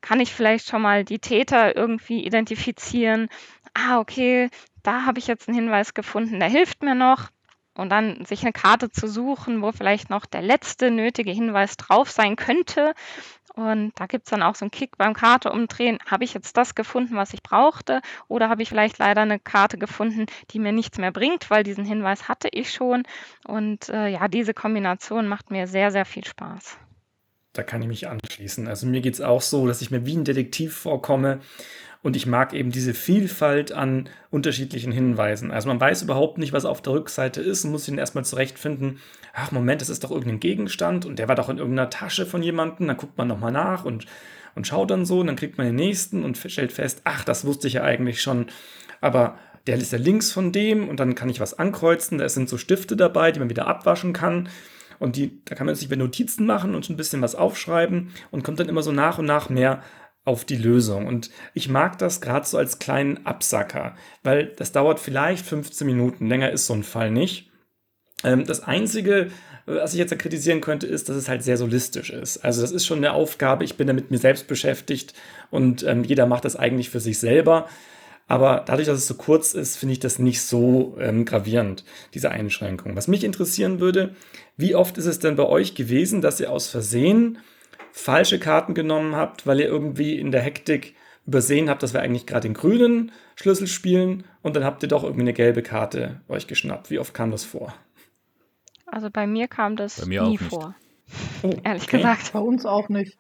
kann ich vielleicht schon mal die Täter irgendwie identifizieren. Ah, okay, da habe ich jetzt einen Hinweis gefunden, der hilft mir noch. Und dann sich eine Karte zu suchen, wo vielleicht noch der letzte nötige Hinweis drauf sein könnte. Und da gibt es dann auch so einen Kick beim Karte umdrehen. Habe ich jetzt das gefunden, was ich brauchte? Oder habe ich vielleicht leider eine Karte gefunden, die mir nichts mehr bringt, weil diesen Hinweis hatte ich schon. Und äh, ja, diese Kombination macht mir sehr, sehr viel Spaß. Da kann ich mich anschließen. Also mir geht es auch so, dass ich mir wie ein Detektiv vorkomme und ich mag eben diese Vielfalt an unterschiedlichen Hinweisen. Also man weiß überhaupt nicht, was auf der Rückseite ist und muss ihn erstmal zurechtfinden. Ach Moment, das ist doch irgendein Gegenstand und der war doch in irgendeiner Tasche von jemandem. Dann guckt man nochmal nach und, und schaut dann so und dann kriegt man den nächsten und stellt fest, ach, das wusste ich ja eigentlich schon. Aber der ist ja links von dem und dann kann ich was ankreuzen. Da sind so Stifte dabei, die man wieder abwaschen kann. Und die, da kann man sich Notizen machen und ein bisschen was aufschreiben und kommt dann immer so nach und nach mehr auf die Lösung. Und ich mag das gerade so als kleinen Absacker, weil das dauert vielleicht fünfzehn Minuten. Länger ist so ein Fall nicht. Ähm, das Einzige, was ich jetzt kritisieren könnte, ist, dass es halt sehr solistisch ist. Also das ist schon eine Aufgabe, ich bin da mit mir selbst beschäftigt und ähm, jeder macht das eigentlich für sich selber. Aber dadurch, dass es so kurz ist, finde ich das nicht so ähm, gravierend, diese Einschränkung. Was mich interessieren würde, wie oft ist es denn bei euch gewesen, dass ihr aus Versehen falsche Karten genommen habt, weil ihr irgendwie in der Hektik übersehen habt, dass wir eigentlich gerade den grünen Schlüssel spielen und dann habt ihr doch irgendwie eine gelbe Karte euch geschnappt. Wie oft kam das vor? Also bei mir kam das Bei mir auch nie nicht. vor, Oh, ehrlich okay. gesagt. Bei uns auch nicht.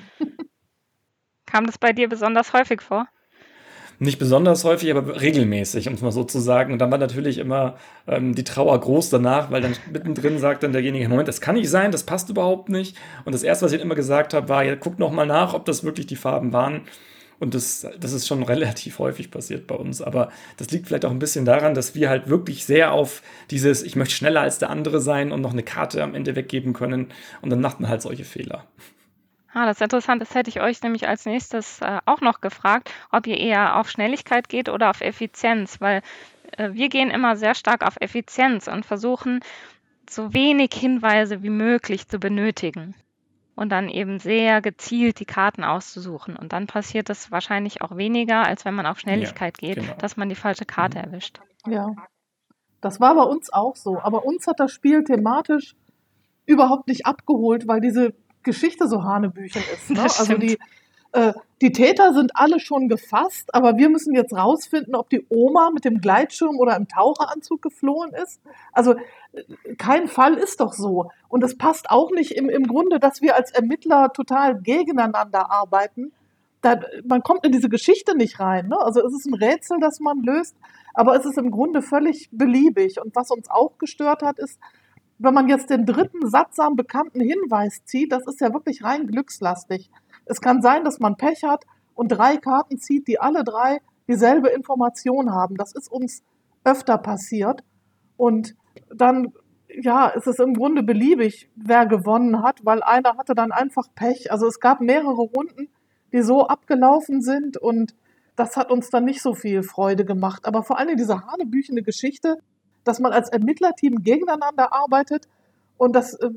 Kam das bei dir besonders häufig vor? Nicht besonders häufig, aber regelmäßig, um es mal so zu sagen. Und dann war natürlich immer ähm, die Trauer groß danach, weil dann mittendrin sagt dann derjenige, Moment, das kann nicht sein, das passt überhaupt nicht. Und das Erste, was ich dann immer gesagt habe, war, ja, guck noch mal nach, ob das wirklich die Farben waren. Und das, das ist schon relativ häufig passiert bei uns. Aber das liegt vielleicht auch ein bisschen daran, dass wir halt wirklich sehr auf dieses, ich möchte schneller als der andere sein und noch eine Karte am Ende weggeben können. Und dann macht man halt solche Fehler. Ah, das ist interessant. Das hätte ich euch nämlich als nächstes äh, auch noch gefragt, ob ihr eher auf Schnelligkeit geht oder auf Effizienz, weil äh, wir gehen immer sehr stark auf Effizienz und versuchen, so wenig Hinweise wie möglich zu benötigen und dann eben sehr gezielt die Karten auszusuchen. Und dann passiert es wahrscheinlich auch weniger, als wenn man auf Schnelligkeit geht, genau. dass man die falsche Karte erwischt. Ja, das war bei uns auch so. Aber uns hat das Spiel thematisch überhaupt nicht abgeholt, weil diese Geschichte so Hanebüchen ist. Ne? Das Also stimmt. die, äh, die Täter sind alle schon gefasst, aber wir müssen jetzt rausfinden, ob die Oma mit dem Gleitschirm oder im Taucheranzug geflohen ist. Also äh, kein Fall ist doch so. Und es passt auch nicht im, im Grunde, dass wir als Ermittler total gegeneinander arbeiten. Da, man kommt in diese Geschichte nicht rein. Ne? Also es ist ein Rätsel, das man löst, aber es ist im Grunde völlig beliebig. Und was uns auch gestört hat, ist, wenn man jetzt den dritten sattsam bekannten Hinweis zieht, das ist ja wirklich rein glückslastig. Es kann sein, dass man Pech hat und drei Karten zieht, die alle drei dieselbe Information haben. Das ist uns öfter passiert. Und dann, ja, ist es im Grunde beliebig, wer gewonnen hat, weil einer hatte dann einfach Pech. Also es gab mehrere Runden, die so abgelaufen sind und das hat uns dann nicht so viel Freude gemacht. Aber vor allem diese hanebüchene Geschichte, dass man als Ermittlerteam gegeneinander arbeitet und das, äh,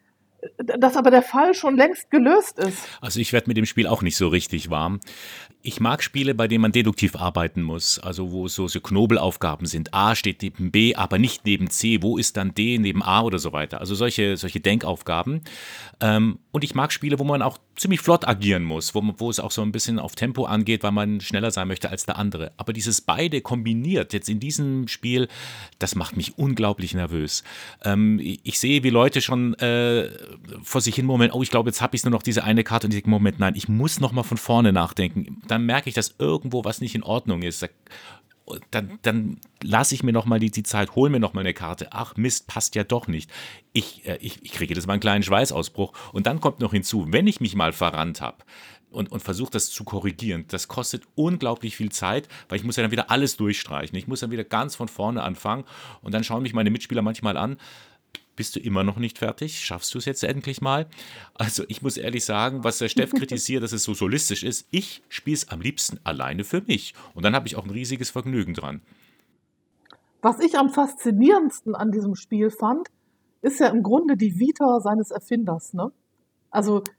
dass aber der Fall schon längst gelöst ist. Also ich werde mit dem Spiel auch nicht so richtig warm. Ich mag Spiele, bei denen man deduktiv arbeiten muss, also wo so, so Knobelaufgaben sind. A steht neben B, aber nicht neben C. Wo ist dann D neben A oder so weiter? Also solche, solche Denkaufgaben. Ähm, und ich mag Spiele, wo man auch ziemlich flott agieren muss, wo, man, wo es auch so ein bisschen auf Tempo angeht, weil man schneller sein möchte als der andere. Aber dieses beide kombiniert jetzt in diesem Spiel, das macht mich unglaublich nervös. Ähm, ich, ich sehe, wie Leute schon äh, vor sich hin murmeln, oh, ich glaube, jetzt habe ich nur noch diese eine Karte und ich denke, Moment, nein, ich muss noch mal von vorne nachdenken. Dann merke ich, dass irgendwo was nicht in Ordnung ist. Dann, dann lasse ich mir noch mal die, die Zeit, hole mir noch mal eine Karte. Ach Mist, passt ja doch nicht. Ich, äh, ich, ich kriege jetzt mal einen kleinen Schweißausbruch. Und dann kommt noch hinzu, wenn ich mich mal verrannt habe und, und versuche das zu korrigieren, das kostet unglaublich viel Zeit, weil ich muss ja dann wieder alles durchstreichen. Ich muss dann wieder ganz von vorne anfangen und dann schauen mich meine Mitspieler manchmal an. Bist du immer noch nicht fertig? Schaffst du es jetzt endlich mal? Also ich muss ehrlich sagen, was der Steff kritisiert, dass es so solistisch ist, ich spiele es am liebsten alleine für mich. Und dann habe ich auch ein riesiges Vergnügen dran. Was ich am faszinierendsten an diesem Spiel fand, ist ja im Grunde die Vita seines Erfinders. Ne? Also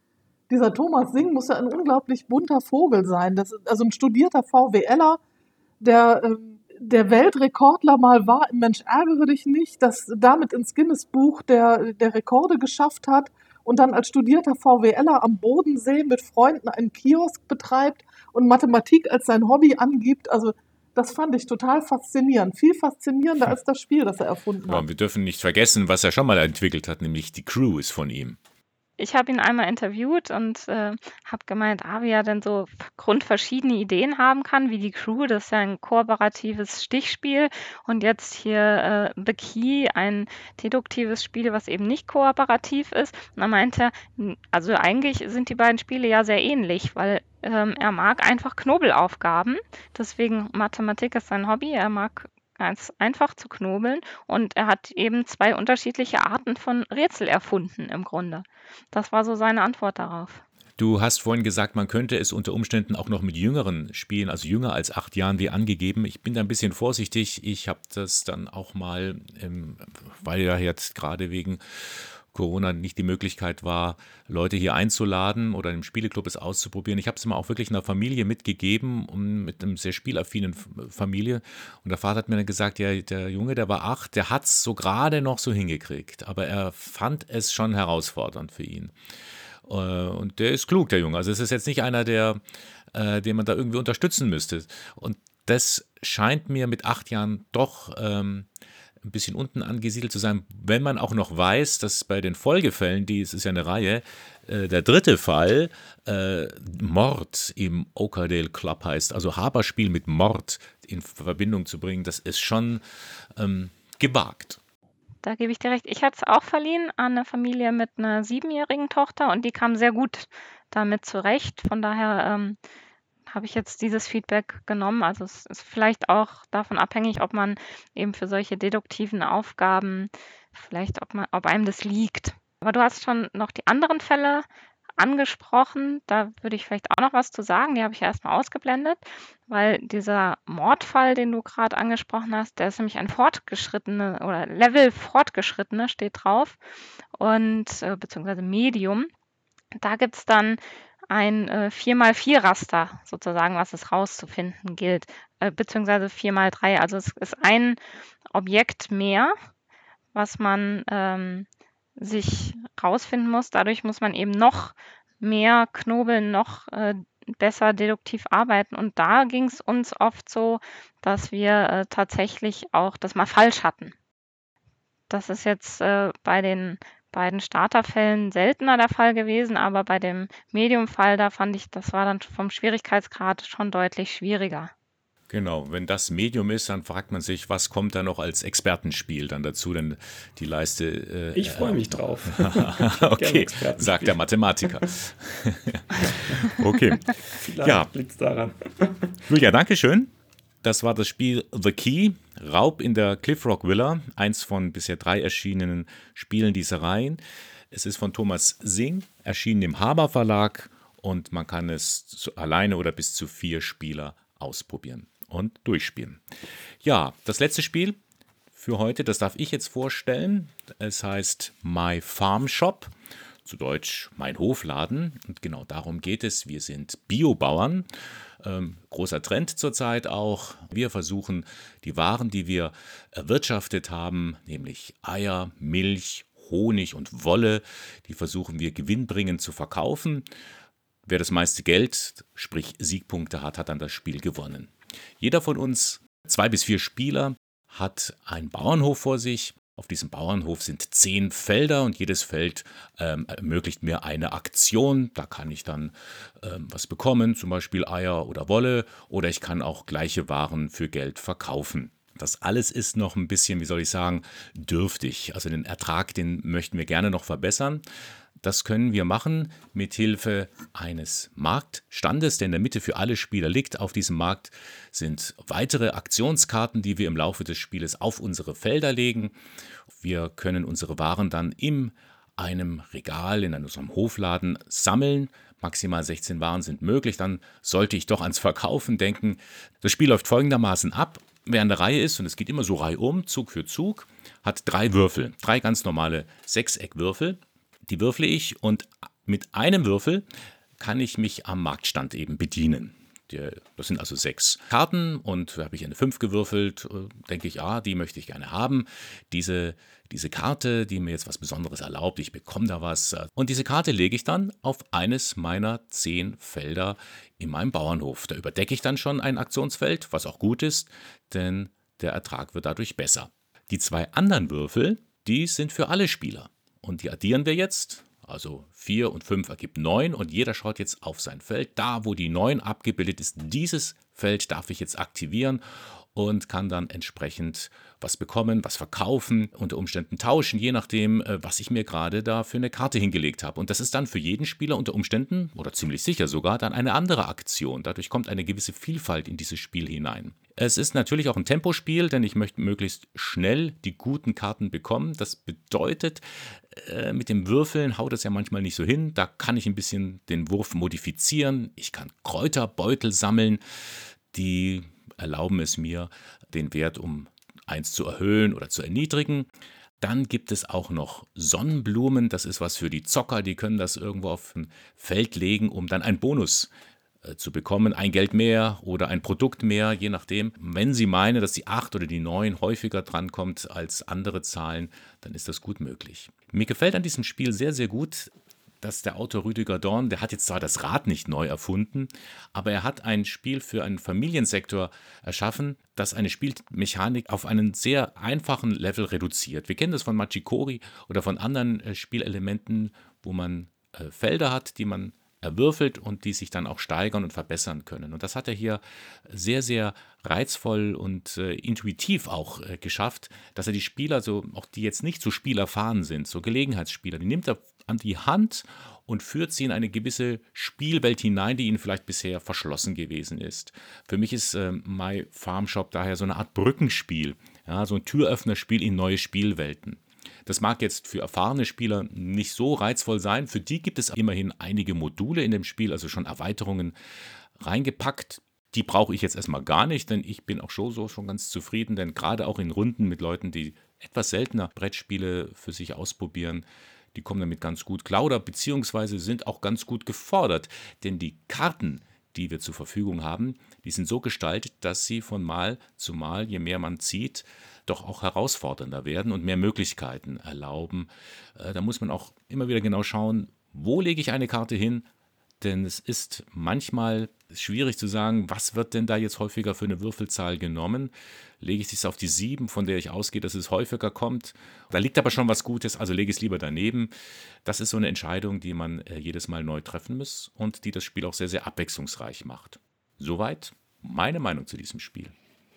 dieser Thomas Singh muss ja ein unglaublich bunter Vogel sein. Das ist also ein studierter VWLer, der ähm, der Weltrekordler mal war im Mensch ärgere dich nicht, das damit ins Guinness-Buch der, der Rekorde geschafft hat und dann als studierter VWLer am Bodensee mit Freunden einen Kiosk betreibt und Mathematik als sein Hobby angibt. Also das fand ich total faszinierend. Viel faszinierender als das Spiel, das er erfunden Ja, hat. und wir dürfen nicht vergessen, was er schon mal entwickelt hat, nämlich die Crew ist von ihm. Ich habe ihn einmal interviewt und äh, habe gemeint, ah, wie er denn so grundverschiedene Ideen haben kann, wie die Crew. Das ist ja ein kooperatives Stichspiel. Und jetzt hier äh, The Key, ein deduktives Spiel, was eben nicht kooperativ ist. Und dann meinte er, "N- also eigentlich sind die beiden Spiele ja sehr ähnlich, weil ähm, er mag einfach Knobelaufgaben. Deswegen Mathematik ist sein Hobby. Er mag ganz einfach zu knobeln. Und er hat eben zwei unterschiedliche Arten von Rätsel erfunden im Grunde. Das war so seine Antwort darauf. Du hast vorhin gesagt, man könnte es unter Umständen auch noch mit Jüngeren spielen, also jünger als acht Jahren wie angegeben. Ich bin da ein bisschen vorsichtig. Ich habe das dann auch mal, ähm, weil ja jetzt gerade wegen Corona nicht die Möglichkeit war, Leute hier einzuladen oder im Spieleclub es auszuprobieren. Ich habe es mal auch wirklich einer Familie mitgegeben, um, mit einem sehr spielaffinen F- Familie. Und der Vater hat mir dann gesagt, ja, der Junge, der war acht, der hat es so gerade noch so hingekriegt. Aber er fand es schon herausfordernd für ihn. Äh, Und der ist klug, der Junge. Also es ist jetzt nicht einer, der, äh, den man da irgendwie unterstützen müsste. Und das scheint mir mit acht Jahren doch ähm, ein bisschen unten angesiedelt zu sein, wenn man auch noch weiß, dass bei den Folgefällen, die es ist ja eine Reihe, äh, der dritte Fall äh, Mord im Oakerdale Club heißt, also Haberspiel mit Mord in Verbindung zu bringen, das ist schon ähm, gewagt. Da gebe ich dir recht. Ich hatte es auch verliehen an eine Familie mit einer siebenjährigen Tochter und die kam sehr gut damit zurecht. Von daher ähm, habe ich jetzt dieses Feedback genommen. Also es ist vielleicht auch davon abhängig, ob man eben für solche deduktiven Aufgaben, vielleicht ob man, ob einem das liegt. Aber du hast schon noch die anderen Fälle angesprochen. Da würde ich vielleicht auch noch was zu sagen. Die habe ich erstmal ausgeblendet, weil dieser Mordfall, den du gerade angesprochen hast, der ist nämlich ein fortgeschrittene oder Level fortgeschrittene, steht drauf, und äh, beziehungsweise Medium. Da gibt es dann ein äh, vier mal vier Raster sozusagen, was es rauszufinden gilt, äh, beziehungsweise vier mal drei. Also es ist ein Objekt mehr, was man ähm, sich rausfinden muss. Dadurch muss man eben noch mehr knobeln, noch äh, besser deduktiv arbeiten. Und da ging es uns oft so, dass wir äh, tatsächlich auch das mal falsch hatten. Das ist jetzt äh, bei den beiden Starterfällen seltener der Fall gewesen, aber bei dem Medium-Fall, da fand ich, das war dann vom Schwierigkeitsgrad schon deutlich schwieriger. Genau, wenn das Medium ist, dann fragt man sich, was kommt da noch als Expertenspiel dann dazu, denn die Leiste... Äh, Ich freue mich drauf. okay, sagt der Mathematiker. Okay, Vielleicht ja. liegt es daran. Julia, danke schön. Das war das Spiel The Key, Raub in der Cliff Rock Villa, eins von bisher drei erschienenen Spielen dieser Reihen. Es ist von Thomas Singh, erschienen im Haber Verlag und man kann es zu, alleine oder bis zu vier Spieler ausprobieren und durchspielen. Ja, das letzte Spiel für heute, das darf ich jetzt vorstellen. Es heißt My Farm Shop, zu Deutsch Mein Hofladen. Und genau darum geht es. Wir sind Biobauern. Ähm, großer Trend zurzeit auch. Wir versuchen, die Waren, die wir erwirtschaftet haben, nämlich Eier, Milch, Honig und Wolle, die versuchen wir gewinnbringend zu verkaufen. Wer das meiste Geld, sprich Siegpunkte hat, hat dann das Spiel gewonnen. Jeder von uns, zwei bis vier Spieler, hat einen Bauernhof vor sich. Auf diesem Bauernhof sind zehn Felder und jedes Feld ähm, ermöglicht mir eine Aktion. Da kann ich dann ähm, was bekommen, zum Beispiel Eier oder Wolle, oder ich kann auch gleiche Waren für Geld verkaufen. Das alles ist noch ein bisschen, wie soll ich sagen, dürftig. Also den Ertrag, den möchten wir gerne noch verbessern. Das können wir machen mit Hilfe eines Marktstandes, der in der Mitte für alle Spieler liegt. Auf diesem Markt sind weitere Aktionskarten, die wir im Laufe des Spieles auf unsere Felder legen. Wir können unsere Waren dann in einem Regal, in unserem Hofladen sammeln. Maximal sechzehn Waren sind möglich. Dann sollte ich doch ans Verkaufen denken. Das Spiel läuft folgendermaßen ab. Wer an der Reihe ist, und es geht immer so reihum, Zug für Zug, hat drei Würfel, drei ganz normale Sechseckwürfel. Die würfle ich und Mit einem Würfel kann ich mich am Marktstand eben bedienen. Das sind also sechs Karten und da habe ich eine fünf gewürfelt, denke ich, ah, die möchte ich gerne haben. Diese, diese Karte, die mir jetzt was Besonderes erlaubt, ich bekomme da was. Und diese Karte lege ich dann auf eines meiner zehn Felder in meinem Bauernhof. Da überdecke ich dann schon ein Aktionsfeld, was auch gut ist, denn der Ertrag wird dadurch besser. Die zwei anderen Würfel, die sind für alle Spieler und die addieren wir jetzt. Also vier und fünf ergibt neun und jeder schaut jetzt auf sein Feld. Da, wo die neun abgebildet ist, dieses Feld darf ich jetzt aktivieren und kann dann entsprechend was bekommen, was verkaufen, unter Umständen tauschen, je nachdem, was ich mir gerade da für eine Karte hingelegt habe. Und das ist dann für jeden Spieler unter Umständen, oder ziemlich sicher sogar, dann eine andere Aktion. Dadurch kommt eine gewisse Vielfalt in dieses Spiel hinein. Es ist natürlich auch ein Tempospiel, denn ich möchte möglichst schnell die guten Karten bekommen. Das bedeutet, äh, mit dem Würfeln haut es ja manchmal nicht so hin. Da kann ich ein bisschen den Wurf modifizieren. Ich kann Kräuterbeutel sammeln, die erlauben es mir, den Wert um eins zu erhöhen oder zu erniedrigen. Dann gibt es auch noch Sonnenblumen. Das ist was für die Zocker, die können das irgendwo auf ein Feld legen, um dann einen Bonus zu bekommen, ein Geld mehr oder ein Produkt mehr, je nachdem. Wenn Sie meinen, dass die acht oder die neun häufiger drankommt als andere Zahlen, dann ist das gut möglich. Mir gefällt an diesem Spiel sehr, sehr gut, dass der Autor Rüdiger Dorn, der hat jetzt zwar das Rad nicht neu erfunden, aber er hat ein Spiel für einen Familiensektor erschaffen, das eine Spielmechanik auf einen sehr einfachen Level reduziert. Wir kennen das von Machikori oder von anderen äh, Spielelementen, wo man äh, Felder hat, die man erwürfelt und die sich dann auch steigern und verbessern können. Und das hat er hier sehr, sehr reizvoll und äh, intuitiv auch äh, geschafft, dass er die Spieler, so auch die jetzt nicht so spielerfahren sind, so Gelegenheitsspieler, die nimmt er an die Hand und führt sie in eine gewisse Spielwelt hinein, die ihnen vielleicht bisher verschlossen gewesen ist. Für mich ist äh, My Farm Shop daher so eine Art Brückenspiel, ja, so ein Türöffnerspiel in neue Spielwelten. Das mag jetzt für erfahrene Spieler nicht so reizvoll sein. Für die gibt es immerhin einige Module in dem Spiel, also schon Erweiterungen reingepackt. Die brauche ich jetzt erstmal gar nicht, denn ich bin auch schon so schon ganz zufrieden, denn gerade auch in Runden mit Leuten, die etwas seltener Brettspiele für sich ausprobieren, die kommen damit ganz gut klar oder beziehungsweise sind auch ganz gut gefordert, denn die Karten, die wir zur Verfügung haben, die sind so gestaltet, dass sie von Mal zu Mal, je mehr man zieht, doch auch herausfordernder werden und mehr Möglichkeiten erlauben. Äh, da muss man auch immer wieder genau schauen, wo lege ich eine Karte hin, denn es ist manchmal schwierig zu sagen, was wird denn da jetzt häufiger für eine Würfelzahl genommen. Lege ich es auf die sieben, von der ich ausgehe, dass es häufiger kommt. Da liegt aber schon was Gutes, also lege ich es lieber daneben. Das ist so eine Entscheidung, die man äh, jedes Mal neu treffen muss und die das Spiel auch sehr, sehr abwechslungsreich macht. Soweit meine Meinung zu diesem Spiel.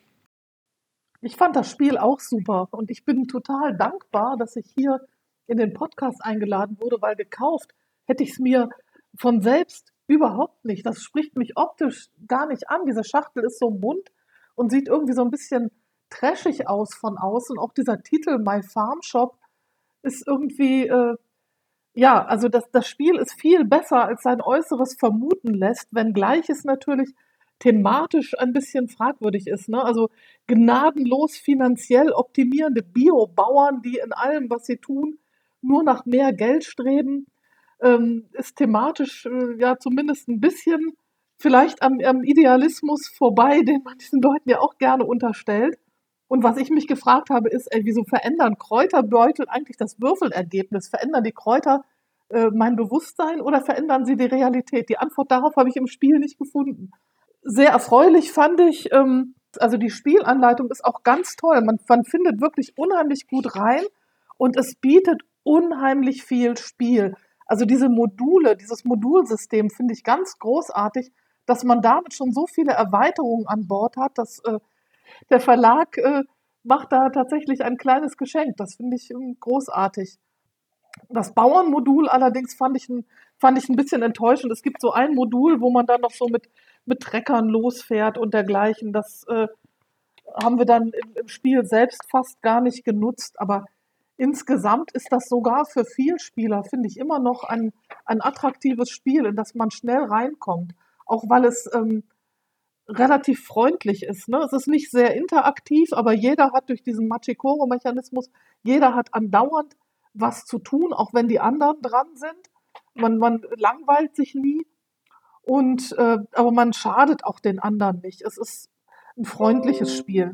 Ich fand das Spiel auch super und ich bin total dankbar, dass ich hier in den Podcast eingeladen wurde, weil gekauft hätte ich es mir von selbst überhaupt nicht. Das spricht mich optisch gar nicht an. Diese Schachtel ist so bunt und sieht irgendwie so ein bisschen trashig aus von außen. Auch dieser Titel My Farm Shop ist irgendwie, äh, ja, also das, das Spiel ist viel besser, als sein Äußeres vermuten lässt, wenngleich es natürlich thematisch ein bisschen fragwürdig ist. Ne? Also gnadenlos finanziell optimierende Biobauern, die in allem, was sie tun, nur nach mehr Geld streben, ähm, ist thematisch äh, ja zumindest ein bisschen vielleicht am, am Idealismus vorbei, den man diesen Leuten ja auch gerne unterstellt. Und was ich mich gefragt habe, ist, ey, wieso verändern Kräuterbeutel eigentlich das Würfelergebnis? Verändern die Kräuter äh, mein Bewusstsein oder verändern sie die Realität? Die Antwort darauf habe ich im Spiel nicht gefunden. Sehr erfreulich fand ich, ähm, also die Spielanleitung ist auch ganz toll. Man, man findet wirklich unheimlich gut rein und es bietet unheimlich viel Spiel. Also diese Module, dieses Modulsystem finde ich ganz großartig, dass man damit schon so viele Erweiterungen an Bord hat, dass äh, der Verlag äh, macht da tatsächlich ein kleines Geschenk. Das finde ich ähm, großartig. Das Bauernmodul allerdings fand ich, ein, fand ich ein bisschen enttäuschend. Es gibt so ein Modul, wo man dann noch so mit, mit Treckern losfährt und dergleichen. Das äh, haben wir dann im, im Spiel selbst fast gar nicht genutzt. Aber insgesamt ist das sogar für Vielspieler, finde ich, immer noch ein, ein attraktives Spiel, in das man schnell reinkommt. Auch weil es ähm, relativ freundlich ist. Ne? Es ist nicht sehr interaktiv, aber jeder hat durch diesen Machikoro-Mechanismus, jeder hat andauernd was zu tun, auch wenn die anderen dran sind. Man, man langweilt sich nie und äh, aber man schadet auch den anderen nicht. Es ist ein freundliches Spiel.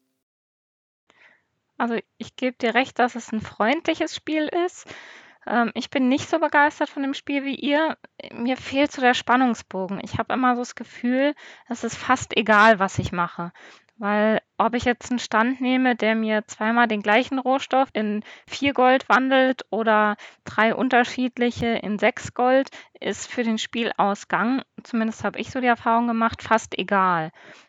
Also ich gebe dir recht, dass es ein freundliches Spiel ist. Ähm, ich bin nicht so begeistert von dem Spiel wie ihr. Mir fehlt so der Spannungsbogen. Ich habe immer so das Gefühl, es ist fast egal, was ich mache. Weil ob ich jetzt einen Stand nehme, der mir zweimal den gleichen Rohstoff in vier Gold wandelt oder drei unterschiedliche in sechs Gold, ist für den Spielausgang, zumindest habe ich so die Erfahrung gemacht, fast egal.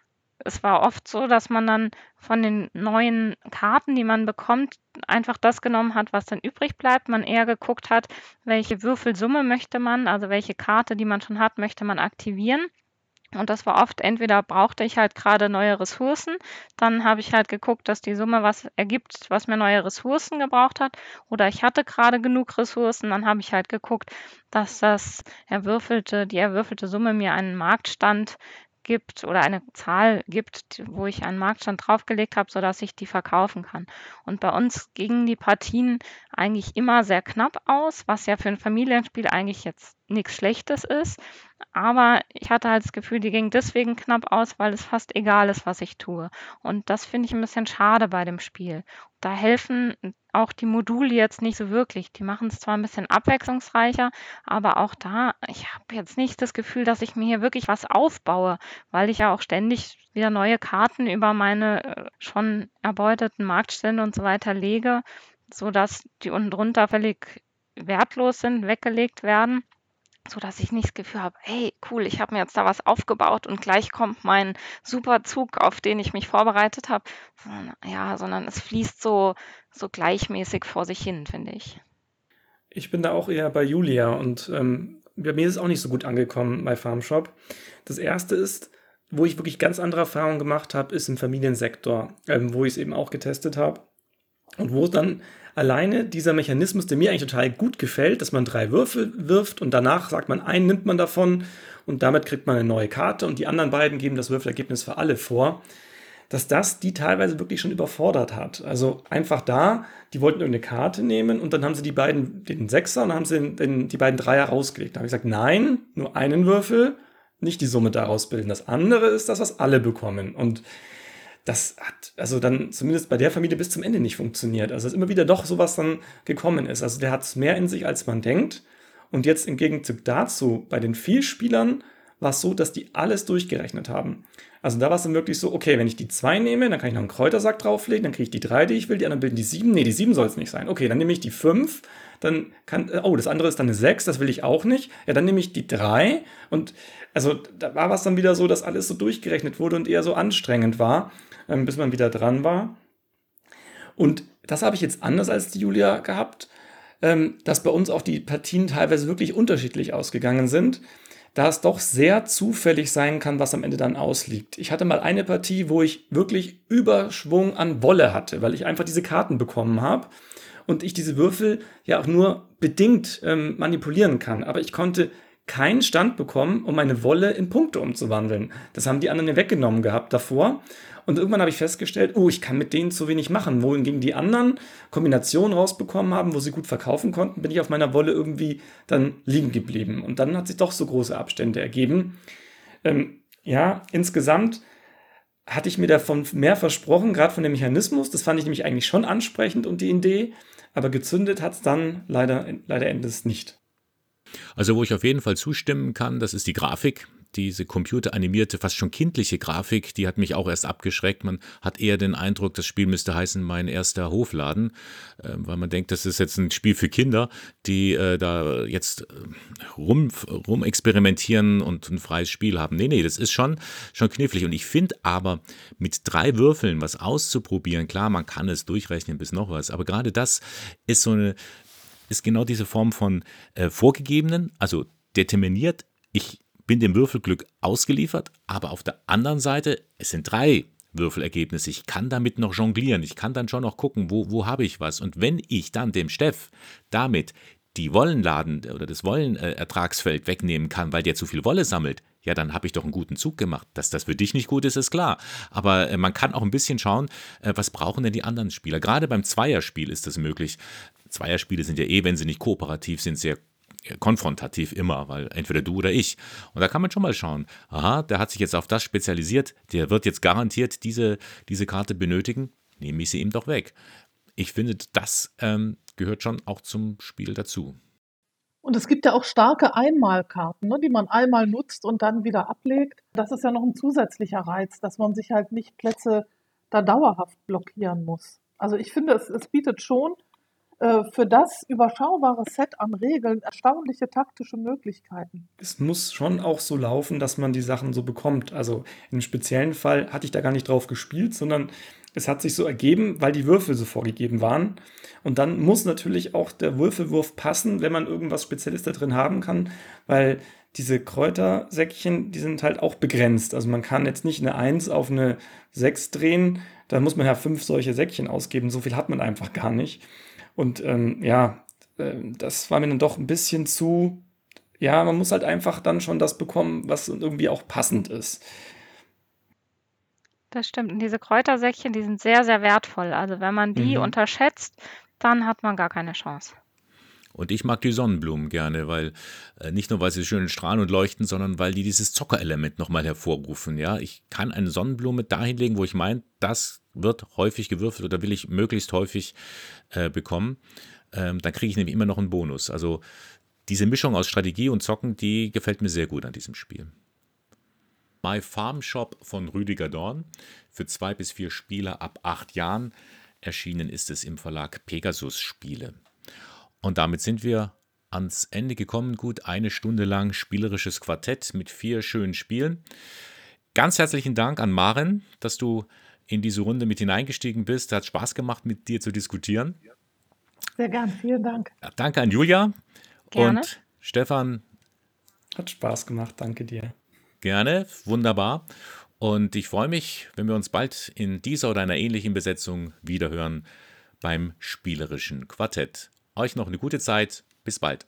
Es war oft so, dass man dann von den neuen Karten, die man bekommt, einfach das genommen hat, was dann übrig bleibt. Man eher geguckt hat, welche Würfelsumme möchte man, also welche Karte, die man schon hat, möchte man aktivieren. Und das war oft, entweder brauchte ich halt gerade neue Ressourcen, dann habe ich halt geguckt, dass die Summe was ergibt, was mir neue Ressourcen gebraucht hat. Oder ich hatte gerade genug Ressourcen, dann habe ich halt geguckt, dass das erwürfelte, die erwürfelte Summe mir einen Marktstand gibt oder eine Zahl gibt, wo ich einen Marktstand draufgelegt habe, sodass ich die verkaufen kann. Und bei uns gingen die Partien eigentlich immer sehr knapp aus, was ja für ein Familienspiel eigentlich jetzt nichts Schlechtes ist. Aber ich hatte halt das Gefühl, die gingen deswegen knapp aus, weil es fast egal ist, was ich tue. Und das finde ich ein bisschen schade bei dem Spiel. Da helfen auch die Module jetzt nicht so wirklich. Die machen es zwar ein bisschen abwechslungsreicher, aber auch da, ich habe jetzt nicht das Gefühl, dass ich mir hier wirklich was aufbaue, weil ich ja auch ständig wieder neue Karten über meine äh, schon erbeuteten Marktstände und so weiter lege, sodass die unten drunter völlig wertlos sind, weggelegt werden, sodass ich nicht das Gefühl habe, hey, cool, ich habe mir jetzt da was aufgebaut und gleich kommt mein super Zug, auf den ich mich vorbereitet habe. Sondern, ja, sondern es fließt so, so gleichmäßig vor sich hin, finde ich. Ich bin da auch eher bei Julia und ähm, bei mir ist es auch nicht so gut angekommen bei Farmshop. Das erste ist, wo ich wirklich ganz andere Erfahrungen gemacht habe, ist im Familiensektor, ähm, wo ich es eben auch getestet habe. Und wo dann alleine dieser Mechanismus, der mir eigentlich total gut gefällt, dass man drei Würfel wirft und danach sagt man, einen nimmt man davon und damit kriegt man eine neue Karte und die anderen beiden geben das Würfelergebnis für alle vor, dass das die teilweise wirklich schon überfordert hat. Also einfach da, die wollten irgendeine Karte nehmen und dann haben sie die beiden, den Sechser und dann haben sie den, den, die beiden Dreier rausgelegt. Da habe ich gesagt, nein, nur einen Würfel, nicht die Summe daraus bilden. Das andere ist das, was alle bekommen. Und das hat also dann zumindest bei der Familie bis zum Ende nicht funktioniert. Also dass immer wieder doch sowas dann gekommen ist. Also der hat es mehr in sich, als man denkt. Und jetzt im Gegenzug dazu, bei den Vielspielern war es so, dass die alles durchgerechnet haben. Also da war es dann wirklich so, okay, wenn ich die zwei nehme, dann kann ich noch einen Kräutersack drauflegen, dann kriege ich die drei, die ich will, die anderen bilden die sieben. Nee, die sieben soll es nicht sein. Okay, dann nehme ich die fünf, dann kann, oh, das andere ist dann eine sechs, das will ich auch nicht. Ja, dann nehme ich die drei und also da war es dann wieder so, dass alles so durchgerechnet wurde und eher so anstrengend war, bis man wieder dran war. Und das habe ich jetzt anders als die Julia gehabt, dass bei uns auch die Partien teilweise wirklich unterschiedlich ausgegangen sind, da es doch sehr zufällig sein kann, was am Ende dann ausliegt. Ich hatte mal eine Partie, wo ich wirklich Überschwung an Wolle hatte, weil ich einfach diese Karten bekommen habe und ich diese Würfel ja auch nur bedingt ähm, manipulieren kann. Aber ich konnte keinen Stand bekommen, um meine Wolle in Punkte umzuwandeln. Das haben die anderen mir weggenommen gehabt davor. Und irgendwann habe ich festgestellt, oh, ich kann mit denen zu wenig machen. Wohingegen die anderen Kombinationen rausbekommen haben, wo sie gut verkaufen konnten, bin ich auf meiner Wolle irgendwie dann liegen geblieben. Und dann hat sich doch so große Abstände ergeben. Ähm, ja, insgesamt hatte ich mir davon mehr versprochen, gerade von dem Mechanismus. Das fand ich nämlich eigentlich schon ansprechend und die Idee. Aber gezündet hat es dann leider, leider endes nicht. Also wo ich auf jeden Fall zustimmen kann, das ist die Grafik. Diese computeranimierte, fast schon kindliche Grafik, die hat mich auch erst abgeschreckt. Man hat eher den Eindruck, das Spiel müsste heißen, mein erster Hofladen, äh, weil man denkt, das ist jetzt ein Spiel für Kinder, die äh, da jetzt äh, rum, rum experimentieren und ein freies Spiel haben. Nee, nee, das ist schon, schon knifflig. Und ich finde aber, mit drei Würfeln was auszuprobieren, klar, man kann es durchrechnen bis noch was, aber gerade das ist so eine, ist genau diese Form von äh, vorgegebenen, also determiniert, ich bin dem Würfelglück ausgeliefert, aber auf der anderen Seite, es sind drei Würfelergebnisse. Ich kann damit noch jonglieren. Ich kann dann schon noch gucken, wo, wo habe ich was. Und wenn ich dann dem Steff damit die Wollenladen oder das Wollenertragsfeld wegnehmen kann, weil der zu viel Wolle sammelt, ja, dann habe ich doch einen guten Zug gemacht. Dass das für dich nicht gut ist, ist klar. Aber äh, man kann auch ein bisschen schauen, äh, was brauchen denn die anderen Spieler. Gerade beim Zweierspiel ist das möglich. Zweierspiele sind ja eh, wenn sie nicht kooperativ sind, sehr konfrontativ immer, weil entweder du oder ich. Und da kann man schon mal schauen, aha, der hat sich jetzt auf das spezialisiert, der wird jetzt garantiert diese, diese Karte benötigen, nehme ich sie ihm doch weg. Ich finde, das ähm, gehört schon auch zum Spiel dazu. Und es gibt ja auch starke Einmalkarten, ne, die man einmal nutzt und dann wieder ablegt. Das ist ja noch ein zusätzlicher Reiz, dass man sich halt nicht Plätze da dauerhaft blockieren muss. Also ich finde, es, es bietet schon äh, für das überschaubare Set an Regeln erstaunliche taktische Möglichkeiten. Es muss schon auch so laufen, dass man die Sachen so bekommt. Also im speziellen Fall hatte ich da gar nicht drauf gespielt, sondern es hat sich so ergeben, weil die Würfel so vorgegeben waren. Und dann muss natürlich auch der Würfelwurf passen, wenn man irgendwas Spezielles da drin haben kann, weil diese Kräutersäckchen, die sind halt auch begrenzt. Also man kann jetzt nicht eine eins auf eine sechs drehen, da muss man ja fünf solche Säckchen ausgeben, so viel hat man einfach gar nicht. Und ähm, ja, äh, das war mir dann doch ein bisschen zu, ja, man muss halt einfach dann schon das bekommen, was irgendwie auch passend ist. Das stimmt. Und diese Kräutersäckchen, die sind sehr, sehr wertvoll. Also wenn man die Mhm. unterschätzt, dann hat man gar keine Chance. Und ich mag die Sonnenblumen gerne, weil äh, nicht nur, weil sie schön strahlen und leuchten, sondern weil die dieses Zockerelement nochmal hervorrufen. Ja, ich kann eine Sonnenblume dahin legen, wo ich meine, das wird häufig gewürfelt oder will ich möglichst häufig äh, bekommen. Ähm, dann kriege ich nämlich immer noch einen Bonus. Also diese Mischung aus Strategie und Zocken, die gefällt mir sehr gut an diesem Spiel. My Farm Shop von Rüdiger Dorn für zwei bis vier Spieler ab acht Jahren. Erschienen ist es im Verlag Pegasus Spiele. Und damit sind wir ans Ende gekommen. Gut eine Stunde lang spielerisches Quartett mit vier schönen Spielen. Ganz herzlichen Dank an Maren, dass du in diese Runde mit hineingestiegen bist. Hat Spaß gemacht, mit dir zu diskutieren. Sehr gern, vielen Dank. Danke an Julia. Gerne. Und Stefan. Hat Spaß gemacht, danke dir. Gerne, wunderbar. Und ich freue mich, wenn wir uns bald in dieser oder einer ähnlichen Besetzung wiederhören beim spielerischen Quartett. Euch noch eine gute Zeit. Bis bald.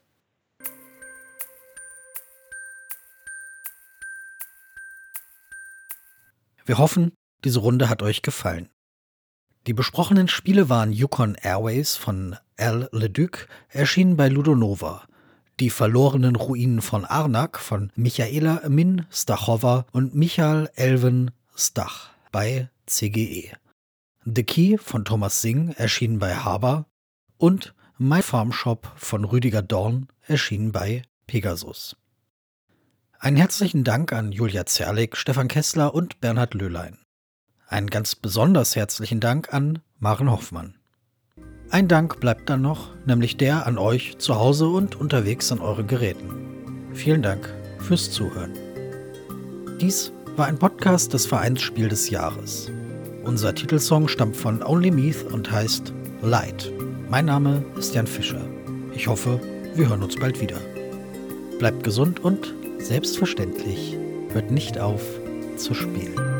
Wir hoffen, diese Runde hat euch gefallen. Die besprochenen Spiele waren Yukon Airways von Al Leduc, erschienen bei Ludonova, Die verlorenen Ruinen von Arnak von Michaela Min Stachova und Michael Elven Stach bei C G E, The Key von Thomas Singh, erschienen bei Haber, und My Farm Shop von Rüdiger Dorn, erschienen bei Pegasus. Einen herzlichen Dank an Julia Zerlik, Stefan Kessler und Bernhard Löhlein. Einen ganz besonders herzlichen Dank an Maren Hoffmann. Ein Dank bleibt dann noch, nämlich der an euch zu Hause und unterwegs an euren Geräten. Vielen Dank fürs Zuhören. Dies war ein Podcast des Vereins Spiel des Jahres. Unser Titelsong stammt von Only Meath und heißt Light. Mein Name ist Jan Fischer. Ich hoffe, wir hören uns bald wieder. Bleibt gesund und selbstverständlich hört nicht auf zu spielen.